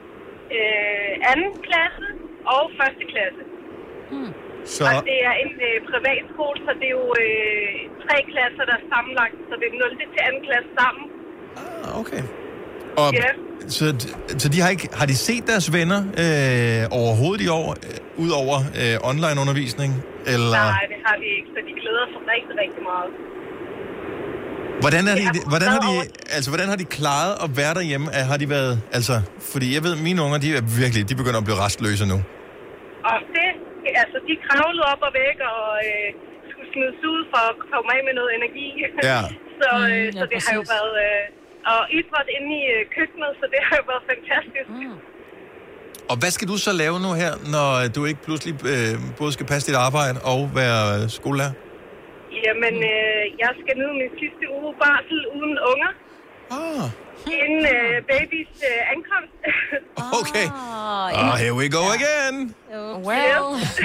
Øh, anden klasse og første klasse. Hmm. Så... Og det er en øh, privatskole, så det er jo øh, tre klasser, der er sammenlagt, så det er nul til anden klasse sammen. Ah, okay. Og, ja. Så, så de har ikke har de set deres venner øh, overhovedet i år, øh, ud over øh, online-undervisning? Eller? Nej, det har de ikke, så de glæder sig rigtig, rigtig meget. Hvordan, er de, hvordan, har de, altså, hvordan har de klaret at være derhjemme? Har de været, altså, fordi jeg ved, at mine unger, de er virkelig, de begynder at blive restløse nu. Og det, altså, de kravlede op og væk og øh, skulle smides ud for at komme af med noget energi. Ja. så, øh, mm, ja, så det præcis. har jo været, øh, og idræt inde i øh, køkkenet, så det har jo været fantastisk. Mm. Og hvad skal du så lave nu her, når du ikke pludselig øh, både skal passe dit arbejde og være skolelærer? Jamen, øh, jeg skal nu min sidste uge barsel uden unger. Ah. Inden øh, babys øh, ankomst. Okay. Oh, here we go again. Well.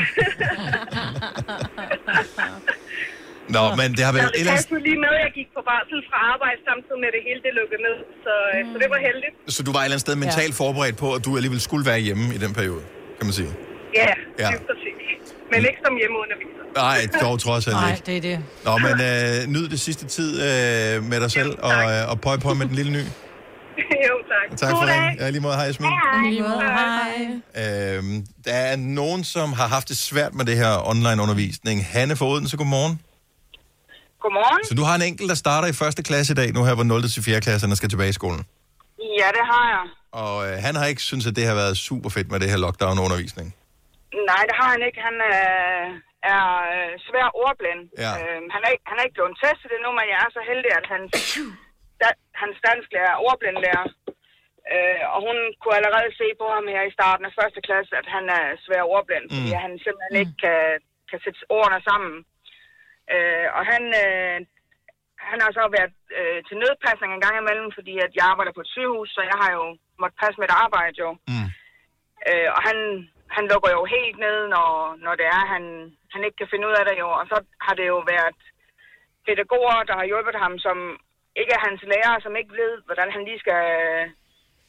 Nå, men det har været... Jeg ellers... lige med, at jeg gik på barsel fra arbejde, samtidig med det hele det lukkede ned. Så, øh, mm. så det var heldigt. Så du var et eller andet sted mentalt ja. forberedt på, at du alligevel skulle være hjemme i den periode, kan man sige? Ja, ja. Det er præcis. Men ikke som hjemmeunderviser. Nej, dog trods alt ikke. Nej, det er det. Nå, men øh, nyd det sidste tid øh, med dig selv, jo, og, øh, og pøj på med den lille ny. Jo, tak. Tak for ringen. Ja, lige måde. Hej, Jasmin. Hej. Hej. Øhm, der er nogen, som har haft det svært med det her online-undervisning. Hanne fra Odense, godmorgen. Godmorgen. Så du har en enkelt, der starter i første klasse i dag, nu her, hvor nul til fjerde klasserne skal tilbage i skolen. Ja, det har jeg. Og øh, han har ikke syntes, at det har været super fedt med det her lockdown-undervisning. Nej, det har han ikke. Han øh, er øh, svær ordblind. Ja. Øh, han, er ikke, han er ikke blevet testet endnu, men jeg er så heldig, at hans, da, hans dansklærer er ordblindlærer. Øh, og hun kunne allerede se på ham her i starten af første klasse, at han er svær ordblind, mm. fordi han simpelthen ikke kan, kan sætte ordene sammen. Øh, og han, øh, han har så været øh, til nødpasning en gang imellem, fordi at jeg arbejder på et sygehus, så jeg har jo måttet passe med et arbejde jo. Mm. Øh, og han, han lukker jo helt ned, når, når det er, han, han ikke kan finde ud af det jo. Og så har det jo været pædagoger, der har hjulpet ham, som ikke er hans lærer, som ikke ved, hvordan han lige skal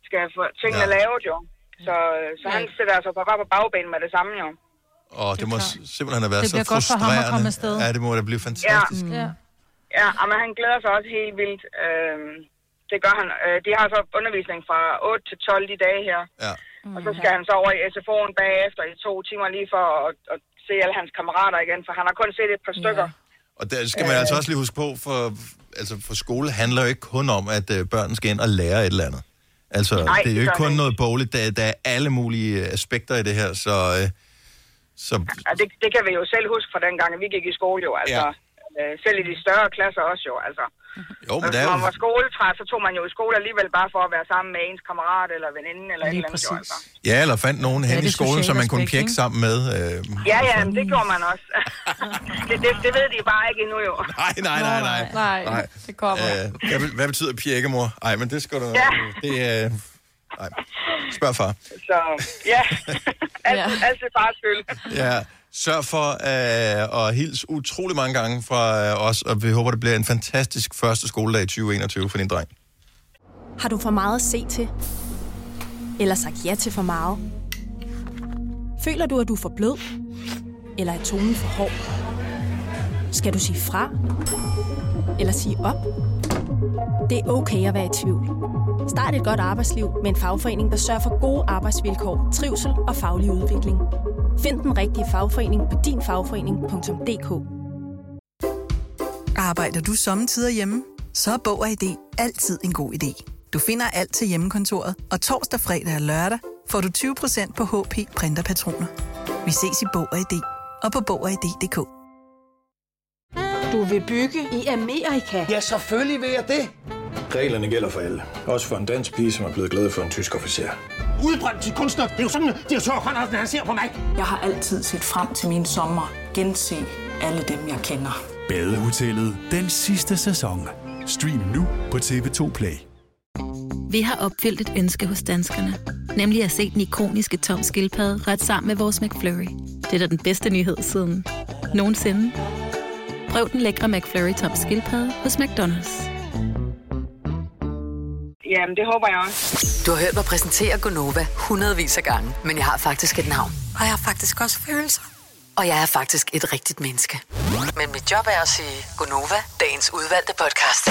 skal få tingene ja. lavet jo. Så, så han sætter altså bare på bagbanen med det samme jo. Og det, det må simpelthen have været så frustrerende. Det bliver godt for ham at komme afsted. Ja, det må da blive fantastisk. Ja, ja men han glæder sig også helt vildt. Øhm, det gør han. Øh, de har så undervisning fra otte til tolv de dage her. Ja. Og så skal han så over i S F O'en bagefter i to timer lige for at, at se alle hans kammerater igen, for han har kun set et par stykker. Ja. Og der skal man øh, altså også lige huske på, for, altså for skole handler jo ikke kun om, at uh, børn skal ind og lære et eller andet. Altså, nej, det er jo ikke kun noget bogligt, der, der er alle mulige aspekter i det her, så... Uh, så... Ja, det, det kan vi jo selv huske fra den gang, vi gik i skole jo, altså. Ja. Øh, selv i de større klasser også jo, altså. Jo, men Hvis man var skoletræt, så tog man jo i skole alligevel bare for at være sammen med ens kammerat eller veninde eller lige et eller andet. Jo, altså. Ja, eller fandt nogen hen ja, i skolen, som man kunne pjekke sammen med. Øh, ja, ja, men det gjorde man også. det, det, det ved de bare ikke endnu jo. Nej, nej, nej, nej. Nej, nej. det kommer. Øh, hvad, hvad betyder pjekke, mor? Ej, men det skal du... Ja. Det er... Øh, nej, spørg far. Så, ja. altid, altid fars skyld. Ja. Sørg for øh, at hilse utrolig mange gange fra øh, os, og vi håber, det bliver en fantastisk første skoledag i tyve enogtyve for din dreng. Har du for meget at se til? Eller sagt ja til for meget? Føler du, at du er for blød? Eller er tonen for hård? Skal du sige fra? Eller sige op? Det er okay at være i tvivl. Start et godt arbejdsliv med en fagforening, der sørger for gode arbejdsvilkår, trivsel og faglig udvikling. Find den rigtige fagforening på din fagforening punktum d k. Arbejder du sommetider hjemme? Så er Bog og I D altid en god idé. Du finder alt til hjemmekontoret, og torsdag, fredag og lørdag får du tyve procent på H P printerpatroner. Vi ses i Bog og I D og på bog og i d punktum d k. Du vil bygge i Amerika? Ja, selvfølgelig vil jeg det. Reglerne gælder for alle. Også for en dansk pige, som er blevet glad for en tysk officer. Udbrændt til kunstner. Det er jo sådan, at de har tørt, han ser på mig. Jeg har altid set frem til min sommer. Gense alle dem, jeg kender. Badehotellet den sidste sæson. Stream nu på T V to Play. Vi har opfyldt et ønske hos danskerne. Nemlig at se den ikoniske Tom Skildpadde ret sammen med vores McFlurry. Det er da den bedste nyhed siden nogensinde. Prøv den lækre McFlurry Tom Skildpadde hos McDonald's. Jamen, det håber jeg også. Du har hørt mig præsentere Gonova hundredvis af gange, men jeg har faktisk et navn. Og jeg har faktisk også følelser. Og jeg er faktisk et rigtigt menneske. Men mit job er at sige Gonova, dagens udvalgte podcast.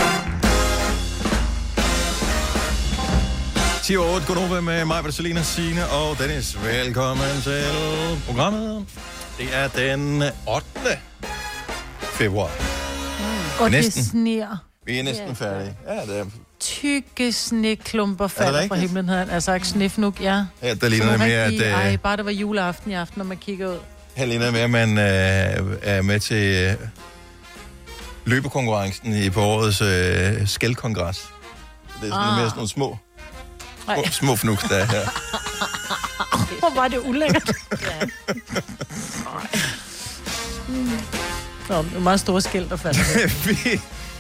ti år otte Gonova med mig, Selina, Signe og Dennis. Velkommen til programmet. Det er den ottende februar. Og næsten. det sner. Vi er næsten yeah. færdige. Ja, det er... Tykke sneklumper falder fra himlen her. Altså ikke snifnuk, ja. Ja, der ligner det mere, at... Øh... Ej, bare det var juleaften i aften, når man kigger ud. Her ligner det mere, at man øh, er med til øh, løbekonkurrencen i på årets øh, skældkongres. Det er sådan ah. mere sådan nogle små, små, små fnuks, der er her. Hvor var det ulækkert. Ja. Nå, det er meget store skæld, der falder. Vi...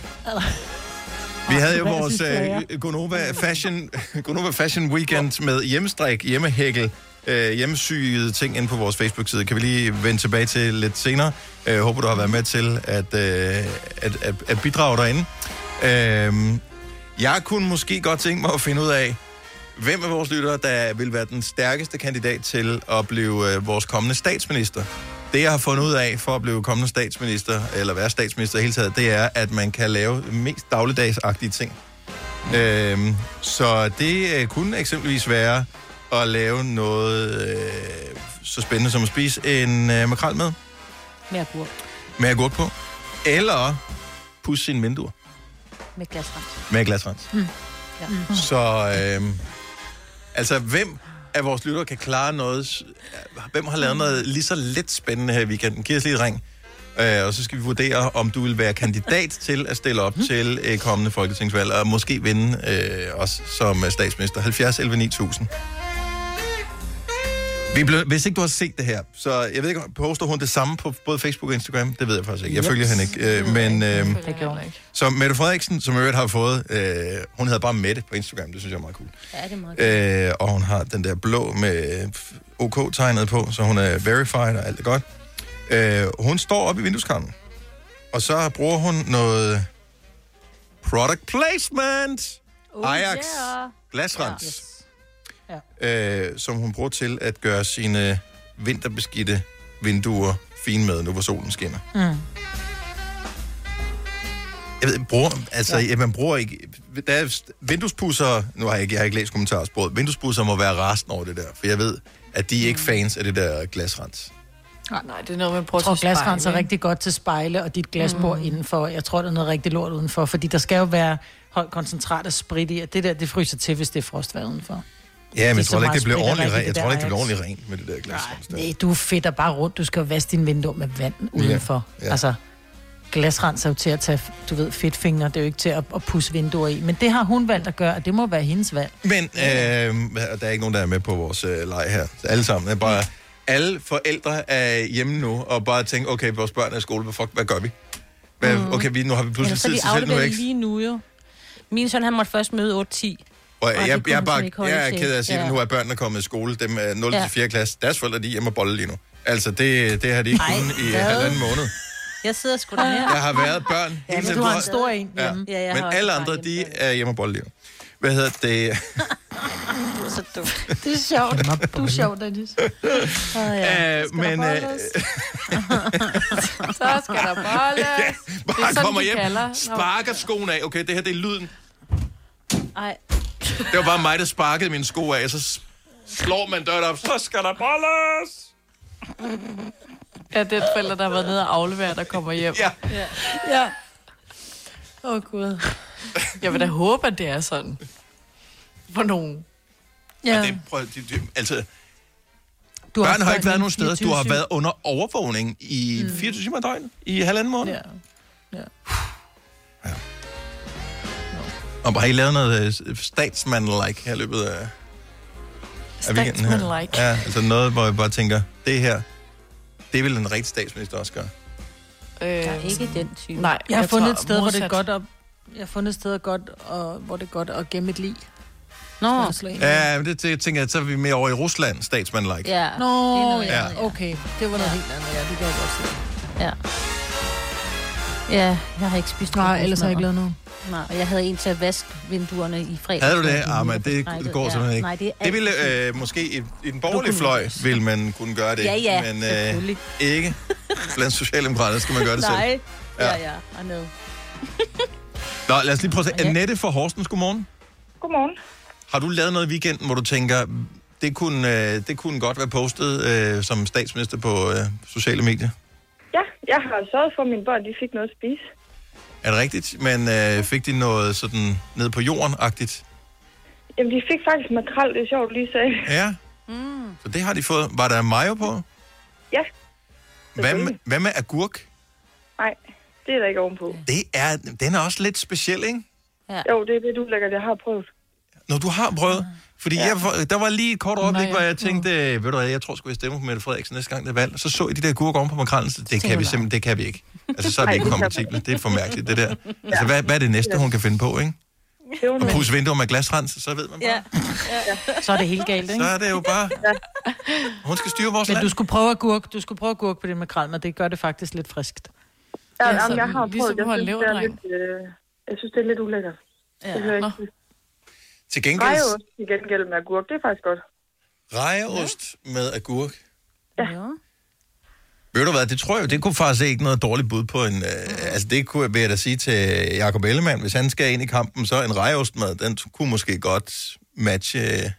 Vi havde jo vores uh, Gonova Fashion, Gonova Fashion Weekend med hjemmestrik, hjemmehækkel, uh, hjemmesyede ting inde på vores Facebook-side. Kan vi lige vende tilbage til lidt senere. Uh, håber, du har været med til at, uh, at, at, at bidrage derinde. Uh, jeg kunne måske godt tænke mig at finde ud af, hvem af vores lyttere, der vil være den stærkeste kandidat til at blive uh, vores kommende statsminister. Det, jeg har fundet ud af for at blive kommende statsminister, eller være statsminister i hele taget, det er, at man kan lave mest dagligdagsagtige ting. Mm. Øhm, så det øh, kunne eksempelvis være at lave noget øh, så spændende som at spise en øh, makrel med. Med agurk. Med agurk på. Eller pusse sine vinduer. Med glasrens. Med glasrens. Mm. Ja. Mm. Så øh, altså, hvem af vores lyttere kan klare noget. Hvem har lavet noget lige så lidt spændende her i weekenden? Giv os lige et ring. Uh, og så skal vi vurdere, om du vil være kandidat til at stille op mm. til et kommende folketingsvalg, og måske vinde uh, os som statsminister. halvfjerds elleve ni tusind. Vi blev, hvis ikke du har set det her, så jeg ved ikke, poster hun det samme på både Facebook og Instagram? Det ved jeg faktisk ikke. Jeg yep. følger hende ikke. Uh, men uh, det gjorde ikke. Så Mette Frederiksen, som øvrigt har fået, uh, hun hedder bare Mette på Instagram, det synes jeg er meget cool. Ja, det er meget cool. Uh, og hun har den der blå med OK-tegnet på, så hun er verified og alt er godt. Uh, hun står oppe i vindueskarmen, og så bruger hun noget product placement. Oh, Ajax yeah. glasrens. Ja. Yes. Ja. øh, som hun bruger til at gøre sine vinterbeskidte vinduer fine med, nu hvor solen skinner. Mm. Jeg ved, bruger, altså, ja. man bruger ikke... Der er vinduespusser... Nu har jeg ikke, jeg har ikke læst kommentarsproget. Vinduespusser må være resten over det der, for jeg ved, at de er ikke fans af det der glasrens. Nej, nej, det er noget, man prøver Jeg tror, til spejle. glasrens er rigtig godt til spejle, og dit glasbord mm. indenfor. Jeg tror, der er noget rigtig lort udenfor, fordi der skal jo være højt koncentrat af sprit i, og det der, det fryser til, hvis det er frostvejr udenfor. Ja, men jeg så tror ikke, meget det bliver sprit er ordentligt der rent. ikke Jeg i tror det ikke, det bliver der ordentligt rent med det der glasrens. Nej, du fedter bare rundt. Du skal jo vaske dine vinduer med vand udenfor. Ja, ja. Altså, glasrens er jo til at tage, du ved, fedtfingre. Det er jo ikke til at, at pusse vinduer i. Men det har hun valgt at gøre, og det må være hendes valg. Men øh, der er ikke nogen, der er med på vores øh, leg her. Alle sammen. Er bare, alle forældre er hjemme nu, og bare tænker, okay, vores børn er i skole, hvad, fuck, hvad gør vi? Hvad, Mm. okay, vi, nu har vi pludselig tid Ellers til er de selv nu, afleveret ikke? lige nu, jo. Min søn, han måtte først møde otte ti. Og Og jeg, det jeg, kunne jeg, er han bare, simpelthen ikke holde jeg er til. ked af at sige, at Ja. nu er børnene kommet i skole, dem er nul til Ja. fjerde klasse. Deres forældre, de er hjemme og bolle lige nu. Altså, det, det har de ikke Nej, kunnet i hvad? halvanden måned. Jeg sidder sgu der her. Jeg har været børn. Ja, hele men tiden. du har en stor en hjemme. Ja, jeg Men har alle også andre, bare de er hjemme og bolle lige nu. Hvad hedder det? Du er så dum. Det er sjovt. Du er sjovt, Dennis. Oh, ja. Øh, men... Øh, Så skal der bolles. ja, Det bare er sådan, kommer de hjem, kalder. sparker skoen af. Okay, det her, det er lyden. Ej. Det var bare mig, der sparkede mine sko af, og så s- slår man døren op. Så skal der bolles! Ja, den forælder, der har været nede og aflevere, der kommer hjem. Ja. Ja. ja. Åh, oh, Gud. Jeg vil da håbe, at det er sådan. For nogen. Ja. Det, prøv, de, de, altså, Du har børn har børn ikke været i nogen steder. Du har fireogtyve syv. været under overvågning i mm. fireogtyve timer i døgnet. I halvanden måned. Ja. Ja. Og har I lavet noget uh, statsman-like her i løbet af, af weekenden her? Statsman-like? Ja, altså noget, hvor jeg bare tænker, det her, det vil en rigtig statsminister også gøre. Øh, Der er ikke den type. Nej, Jeg har jeg fundet tror et sted, hvor det er modsat. godt at, jeg har fundet et sted godt, og, hvor det er godt at gemme et lig. Nå. Ja, men det, det tænker jeg, så er vi mere over i Rusland, statsman-like. Ja. Nå, det er noget ja, andet, ja. okay. Det var noget helt andet, ja, det kan jeg godt se. Ja. Ja, jeg har ikke spist Nej, noget ellers har jeg ikke lavet noget. Nej, og jeg havde en til at vaske vinduerne i fredag. Havde du det? Ah, men det, det går simpelthen ikke. Nej, det er det ville øh, måske i, i den borgerlige fløj, vil man kunne gøre det. Ja, ja, men øh, selvfølgelig. ikke blandt socialdemokrater skal man gøre det Nej. selv. Ja, ja, I know. Nå, lad os lige prøve at se. Annette fra Horsens, godmorgen. Godmorgen. Har du lavet noget i weekenden, hvor du tænker, det kunne, øh, det kunne godt være postet øh, som statsminister på øh, sociale medier? Ja, jeg har sørget for, at mine børn de fik noget at spise. Er det rigtigt? Men øh, fik de noget sådan ned på jorden-agtigt? Jamen, de fik faktisk makrel, det er sjovt lige sagde. Ja. Mm. Så det har de fået. Var der mayo på? Ja. Hvad med, hvad med agurk? Nej, det er der ikke ovenpå. Det er, den er også lidt speciel, ikke? Ja. Jo, det er det, du lægger, jeg har prøvet. Når du har prøvet. Fordi ja. jeg, der var lige et kort øjeblik, Nej, hvor jeg tænkte, ved du hvad, jeg tror sgu, jeg stemmer på Mette Frederiksen næste gang, det er valg. Så så jeg de der gurker oven på makrellen, så det kan vi simpelthen, det kan vi ikke. Altså, så er det ikke kompatible. Det er for mærkeligt, det der. Altså, hvad, hvad er det næste, hun kan finde på, ikke? Og pusse vinduer med glasrens, så ved man bare. Ja. Ja. Så er det helt galt, ikke? Så er det jo bare... Hun skal styre vores Men land. du skulle prøve agurk. Du skulle prøve agurk på det makrel, men det gør det faktisk lidt friskt. Ja, Ja, jamen, jeg har ligesom prøvet, jeg på en synes, det er leverdreng. lidt, øh, jeg synes, det er lidt ulækkert. Ja. Det hører ikke. Til gengæld... Rejeost i gengæld med agurk, det er faktisk godt. Rejeost med agurk. Ja. Ved du hvad, det tror jeg, det kunne faktisk ikke noget dårligt bud på en... Øh, altså det kunne jeg, vil jeg da sige til Jakob Ellemann, hvis han skal ind i kampen, så en rejeostmad, den kunne måske godt matche...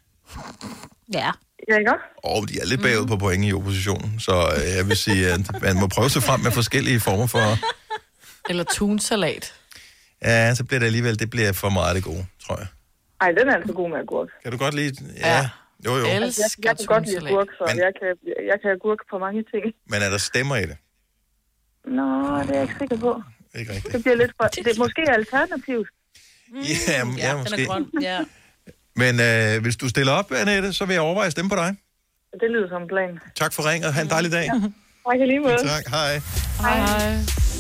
Ja. Ja, ikke? Og de er lidt bagud på point i oppositionen, så øh, jeg vil sige, at man må prøve sig frem med forskellige former for... Eller tunsalat. Ja, så bliver det alligevel, det bliver for meget det gode, tror jeg. Ej, den er altså god med agurk. Kan du godt lide... Ja, ja. Jo, jo. Altså, jeg, jeg kan godt lide agurk, så Men- jeg kan, jeg kan agurk på mange ting. Men er der stemmer i det? Nå, det er jeg ikke sikker på. Ikke rigtigt. Det bliver lidt for... Det er måske alternativt. Ja, ja, ja måske. Ja. Men øh, hvis du stiller op, Annette, så vil jeg overveje at stemme på dig. Det lyder som en plan. Tak for ringet. Ha' en dejlig dag. Tak i lige måde. Tak, hej. Hej.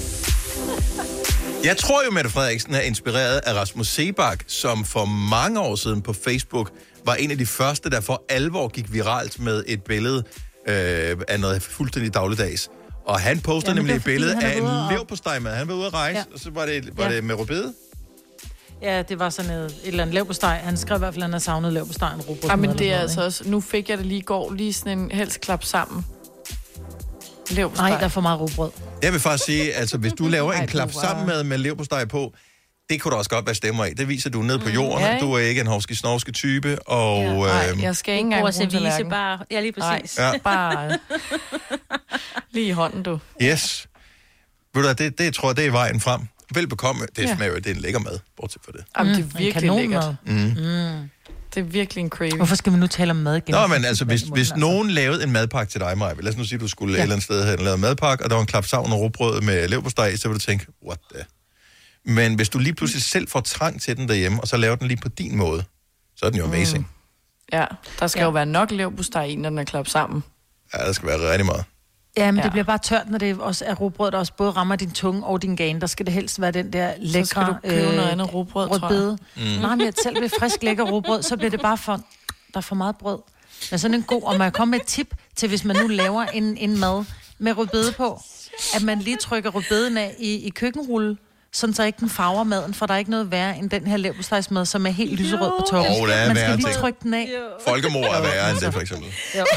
Jeg tror jo, Mette Frederiksen er inspireret af Rasmus Seebach, som for mange år siden på Facebook var en af de første, der for alvor gik viralt med et billede øh, af noget fuldstændig dagligdags. Og han postede Jamen, nemlig det er et fordi, billede han er af ude en og- leverpostejmad. Han var ude at rejse, Ja. og så var det, var Ja. det med rødbede. Ja, det var sådan et, et eller andet leverpostej. Han skrev i hvert fald, at han havde savnet leverpostej en rugbrød. Ja, men det er altså også... Nu fik jeg det lige i går, lige sådan en helst klap sammen. Leverpostej. Nej, der er for meget rugbrød. Jeg vil faktisk sige, altså hvis du laver en klap sammen med, med leverpostej på, det kunne da også godt være stemmer i. Det viser, du er nede på jorden, ja, du er ikke en hovski-snovski type, og... Ja, nej, øhm, jeg skal ikke engang bruge service, bare... Ja, lige præcis. Nej, ja. Bare lige i hånden, du. Yes. Ved du, det, det tror jeg, det er vejen frem. Velbekomme. Det Ja. smager jo, det er en lækker mad, bortset for det. Jamen, det er virkelig lækkert. Mm. Mm. Det er virkelig en craving. Hvorfor skal vi nu tale om mad igen? Nå, men altså, hvis, hvis nogen lavede en madpakke til dig, Maja, lad os nu sige, at du skulle ja. et eller andet sted have lavet madpakke, og der var en klap savn og rugbrød med leverpostej, så vil du tænke, what the? Men hvis du lige pludselig selv får trang til den derhjemme, og så laver den lige på din måde, så er den jo amazing. Mm. Ja, der skal ja. jo være nok leverpostej i, når den er klappet sammen. Ja, der skal være rigtig meget. Ja, men ja. Ja. det bliver bare tørt, når det også er rugbrød, der også både rammer din tunge og din gane. Der skal det helst være den der lækre... Så skal du købe øh, noget andet rugbrød, tror jeg. Rødbede. Mm. Nej, men jeg selv ved frisk, lækker rugbrød, så bliver det bare for... Der er for meget brød. Men sådan en god... Og må jeg komme med et tip til, hvis man nu laver en, en mad med rødbede på, at man lige trykker rødbeden af i, i køkkenrulle, sådan så ikke den farver maden, for der er ikke noget værre end den her leverpostejsmad, som er helt lyserød på toppen. Åh, der er man værre skal lige ting. trykke den af. Folkemord er værre end det, for eksempel. Jo.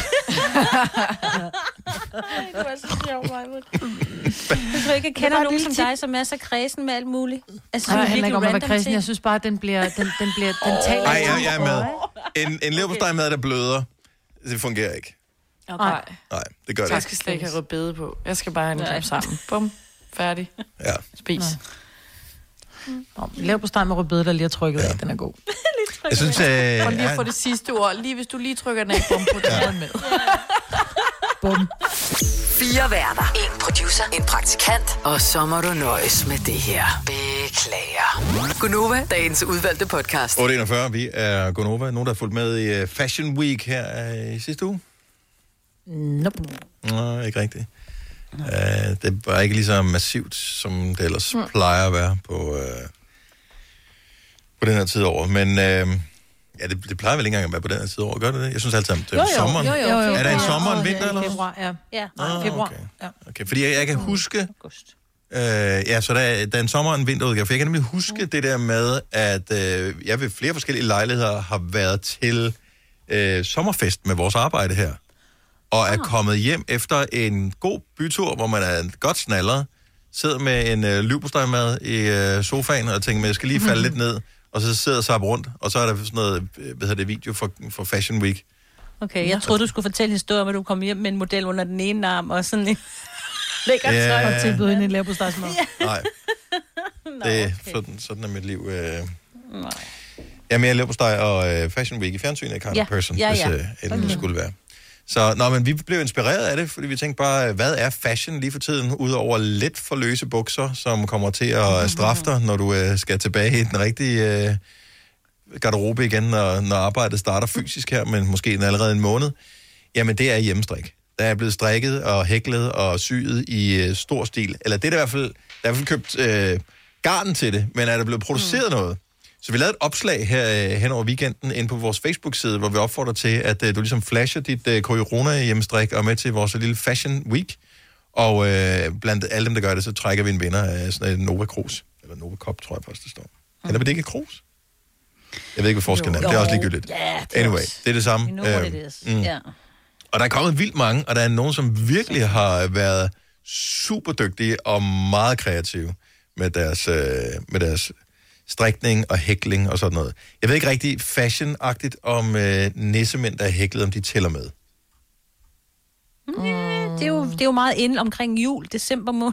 Det var så sjovt, Maja. Jeg tror ikke, jeg kender nogen som dig, som er så kredsen med alt muligt. Altså, Nej, heller ikke om at være kredsen. Jeg synes bare, at den bliver... Den, den bliver den Oh, taler nej, jeg, jeg er med. En, en leverpostejmad, der bløder, det fungerer ikke. Okay. Nej, Nej, det gør det jeg ikke. skal slet ikke have rødbede på. Jeg skal bare have en klap sammen. Bum, færdig. Ja. Spis. Leverpostej med rødbede, der lige er trykket af, den er god. Jeg synes, øh, Og lige ja. at få det sidste ord. Lige hvis du lige trykker den af, bum, på den ja. med. Bum. Fire værter. En producer. En praktikant. Og så må du nøjes med det her. Beklager. Gunova, dagens udvalgte podcast. otte enogfyrre, vi er Gonova. Nogen, der har fulgt med i uh, Fashion Week her uh, i sidste uge? Nope. Nej, ikke rigtigt. Uh, det var ikke lige så massivt, som det ellers mm. plejer at være på, uh, på den her tid over. Men uh, ja, det, det plejer vel ikke engang at være på den her tid over. Gør det det? Jeg synes altid, at det er Jo, jo. sommeren. Jo, jo, jo. Er der en sommer og en Ja, vinter, i eller hvad? februar, ja. Ja, nej, Ah, februar. okay. Ja. Okay, fordi jeg, jeg kan huske... Øh, ja, så der, er- der er en sommer og en vinterudgave. For jeg kan nemlig huske det der med, at øh, jeg ved flere forskellige lejligheder har været til øh, sommerfest med vores arbejde her. Og er kommet hjem efter en god bytur, hvor man er godt snallet, sidder med en øh, livbostejmad i øh, sofaen og tænker, at jeg skal lige falde lidt ned, og så sidder jeg så rundt, og så er der sådan noget, øh, hvad hedder det, video for, for Fashion Week. Okay, jeg troede, du skulle fortælle historien, hvor du kom hjem med en model under den ene arm, og sådan en lækker Ja. tøj. Og tilbyde hende en leverpostejsmad. Nej, det, okay. sådan, sådan er mit liv. Øh. Jamen, jeg lever på dig og øh, Fashion Week i fjernsynet, kind Ja. of person, Ja, ja. hvis øh, endelig Okay. skulle være. Så, nå, men vi blev inspireret af det, fordi vi tænkte bare, hvad er fashion lige for tiden, udover lidt for løse bukser, som kommer til at straffe dig, når du øh, skal tilbage i den rigtige øh, garderobe igen, når, når arbejdet starter fysisk her, men måske allerede en måned. Jamen, det er hjemmestrik. Der er blevet strikket og hæklet og syet i øh, stor stil. Eller det er der i hvert fald, der er i hvert fald købt øh, garn til det, men er der blevet produceret mm. noget? Så vi lavede et opslag her øh, hen over weekenden inde på vores Facebook-side, hvor vi opfordrer til, at øh, du ligesom flasher dit øh, corona hjemmestrik og er med til vores lille Fashion Week. Og øh, blandt alle dem, der gør det, så trækker vi en vinder af sådan en Nova Cruz. Eller Nova Cup, tror jeg faktisk, det står. Mm. Eller vil det ikke Cruz? Jeg ved ikke, hvad forskellen er. Det er også ligegyldigt. Ja, det er Anyway, også. det er det samme. We know what Øhm, it is. mm. Ja. Og der er kommet vildt mange, og der er nogen, som virkelig har været super dygtige og meget kreative med deres, øh, med deres strikning og hækling og sådan noget. Jeg ved ikke rigtig fashion-agtigt, om øh, nissemænd, der er hæklet, om de tæller med. Mm. Det, er jo, det er jo meget inde omkring jul, december måned.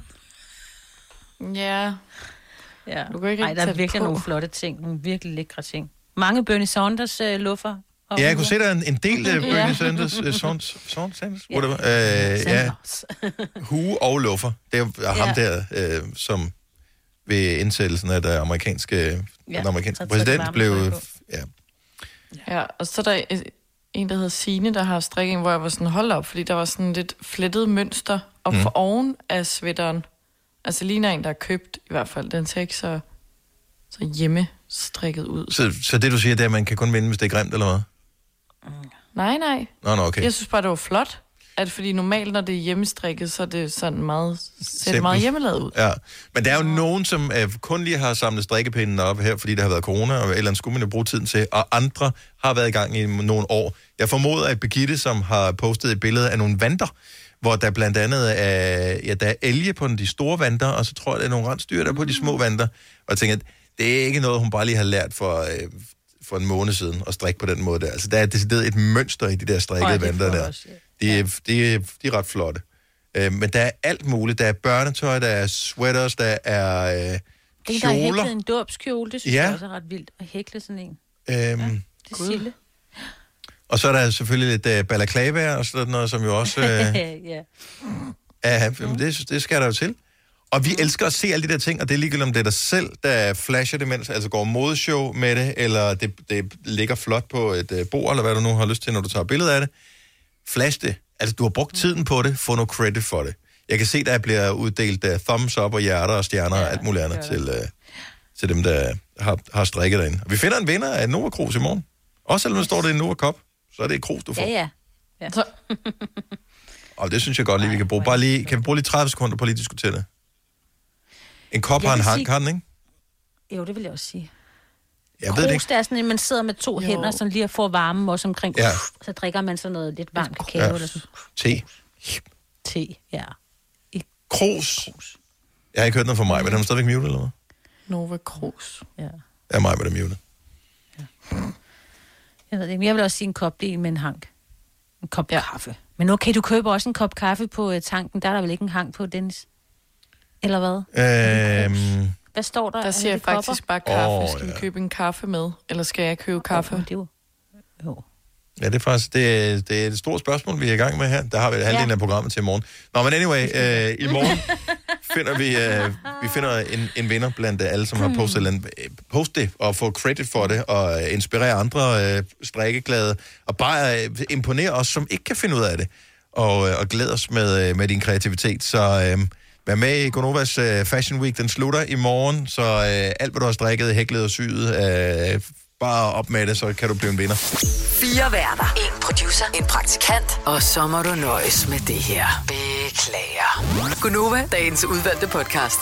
Ja. Ja. Du kan ikke Ej, der er tage det virkelig på. nogle flotte ting. Nogle virkelig lækre ting. Mange Bernie Sanders øh, luffer. Ja, jeg kunne se, der er en, en del af Bernie Sanders, uh, Sanders, Sanders, whatever, uh, ja, hue og luffer. Det er jo ham der, uh, som ved indsættelsen af det amerikanske, ja, den amerikanske præsident blev... Ja. Ja, og så er der en, der hedder Signe, der har strikking, hvor jeg var sådan, hold op, fordi der var sådan lidt flettet mønster op Mm. for oven af sweateren. Altså ligner en, der er købt, i hvert fald. Den ser ikke så, så hjemmestrikket ud. Så, så det, du siger, det er, at man kan kun vinde, hvis det er grimt, eller hvad? Nej, nej. Nå, nå, okay. Jeg synes bare, det var flot. at fordi normalt, når det er hjemmestrikket, så er det sådan meget, ser det meget hjemmelavet ud. Ja, men der er jo nogen, som øh, kun lige har samlet strikkepinden op her, fordi der har været corona, og et eller andet skulle man jo bruge tiden til, og andre har været i gang i nogle år. Jeg formoder, at Birgitte, som har postet et billede af nogle vanter, hvor der blandt andet er, ja, der er elge på de store vanter, og så tror jeg, der er nogle rensdyr der på de små vanter. Og jeg tænker, det er ikke noget, hun bare lige har lært for, øh, for en måned siden, at strikke på den måde der. Altså, der er decideret et mønster i de der strikkede vanter der. Også, ja. de, er, de, er, de er ret flotte. Øh, men der er alt muligt. Der er børnetøj, der er sweaters, der er øh, kjoler. Det der er hæklet en dåbskjole, det synes ja. jeg også er ret vildt. At hækle sådan en. Øhm, ja, det er Sille. Og så er der selvfølgelig lidt uh, balaklava og sådan noget, som jo også... Uh, ja. Uh, det, det skal der jo til. Og vi elsker at se alle de der ting, og det er ligegyldigt om det er dig selv, der flasher det, mens altså går modeshow med det, eller det, det ligger flot på et uh, bord, eller hvad du nu har lyst til, når du tager billeder af det. Flash det. Altså, du har brugt tiden på det. Få noget credit for det. Jeg kan se, der bliver uddelt uh, thumbs up og hjerter og stjerner ja, og alt muligt andet til, uh, til dem, der har, har strikket derinde. Og vi finder en vinder af Nova Cruz i morgen. Også selvom der står det i Nova Cup, så er det et krus, du får. Ja, ja. ja. Så. Og det synes jeg godt lige, vi kan bruge. Bare lige, kan vi bruge lige tredive sekunder på at lige diskutere det? En kop har en hank, har den, ikke? Jo, det vil jeg også sige. Jeg krus, ved det ikke. Det er sådan, at man sidder med to jo. hænder, som lige får varme også omkring. Ja. Så drikker man sådan noget lidt varmt kakao. Ja. Eller sådan. Te. Te, ja. I... Krus. Jeg har ikke hørt noget fra mig, men er den stadigvæk muted, eller hvad? Nova Cruz. Ja. Ja, mig med det muted. Ja. Jeg ved ikke, men jeg vil også sige en kop del med en hank. En kop ja. kaffe. Men okay, du køber også en kop kaffe på uh, tanken. Der er der vel ikke en hank på, Dennis? Eller hvad? Øhm... Hvad står der? Der siger jeg faktisk bare kaffe. Oh, skal vi ja. købe en kaffe med? Eller skal jeg købe kaffe? Det jo. jo. Ja, det er faktisk det er, det er et stort spørgsmål, vi er i gang med her. Der har vi halvdelen ja. af programmet til i morgen. Nå, men anyway, øh, i morgen finder vi, øh, vi finder en, en vinder blandt alle, som har postet, mm. post det og få credit for det, og inspirere andre øh, strikkeglade, og bare øh, imponere os, som ikke kan finde ud af det, og, øh, og glæde os med, øh, med din kreativitet. Så øh, vær med i Gonovas øh, Fashion Week, den slutter i morgen, så øh, alt, hvad du har strikket, hæklet og syet, øh, bare op med det, så kan du blive en vinder. Fire værter, en producer, en praktikant, og så må du nøjes med det her. Beklager. Gonova, dagens udvalgte podcast.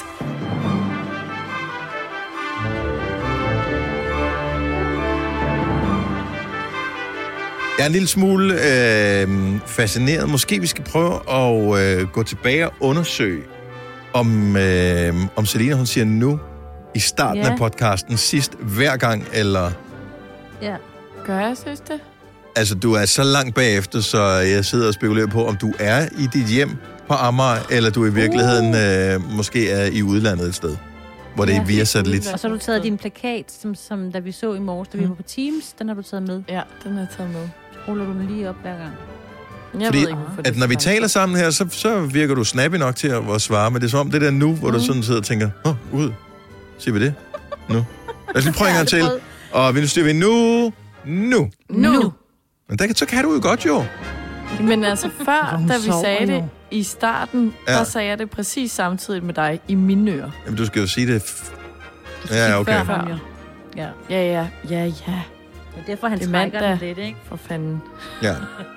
Jeg er en lille smule øh, fascineret. Måske vi skal prøve at øh, gå tilbage og undersøge, om, øh, om Selina, hun siger nu, i starten ja. af podcasten, sidst hver gang, eller... Ja. Gør jeg, synes det? Altså, du er så langt bagefter, så jeg sidder og spekulerer på, om du er i dit hjem på Amager, eller du i virkeligheden uh. øh, måske er i udlandet et sted, hvor det ja, er via satellit. Og så har du taget din plakat, som, som da vi så i morges, da vi var på Teams, den har du taget med. Ja, den har jeg taget med. Så ruller du den lige op hver gang. Jeg Fordi, ved ikke, at når vi taler sammen her, så, så virker du snappy nok til at svare, men det er som om det der nu, hvor mm. du sådan sidder og tænker, åh, ud, siger vi det? Nu. Lad os lige prøve en gang til. Og vi styrer vi nu, nu. Nu. Men der, så kan du jo godt, jo. Men altså før, da vi sagde det i starten, ja. der sagde jeg det præcis samtidig med dig i mine ører. Jamen, du skal jo sige det. F- ja, okay. Før. Ja, ja, ja, ja, ja. Det er derfor, han trækker den lidt, ikke? For fanden. Ja.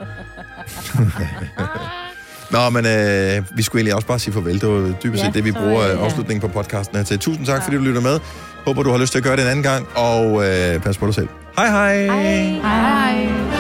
Nå, men øh, vi skulle egentlig også bare sige farvel. Det var dybest set ja, det, vi bruger øh, afslutningen på podcasten her til. Tusind tak, ja. fordi du lytter med. Håber, du har lyst til at gøre det en anden gang, og øh, pas på dig selv. Hej hej! Hej hej!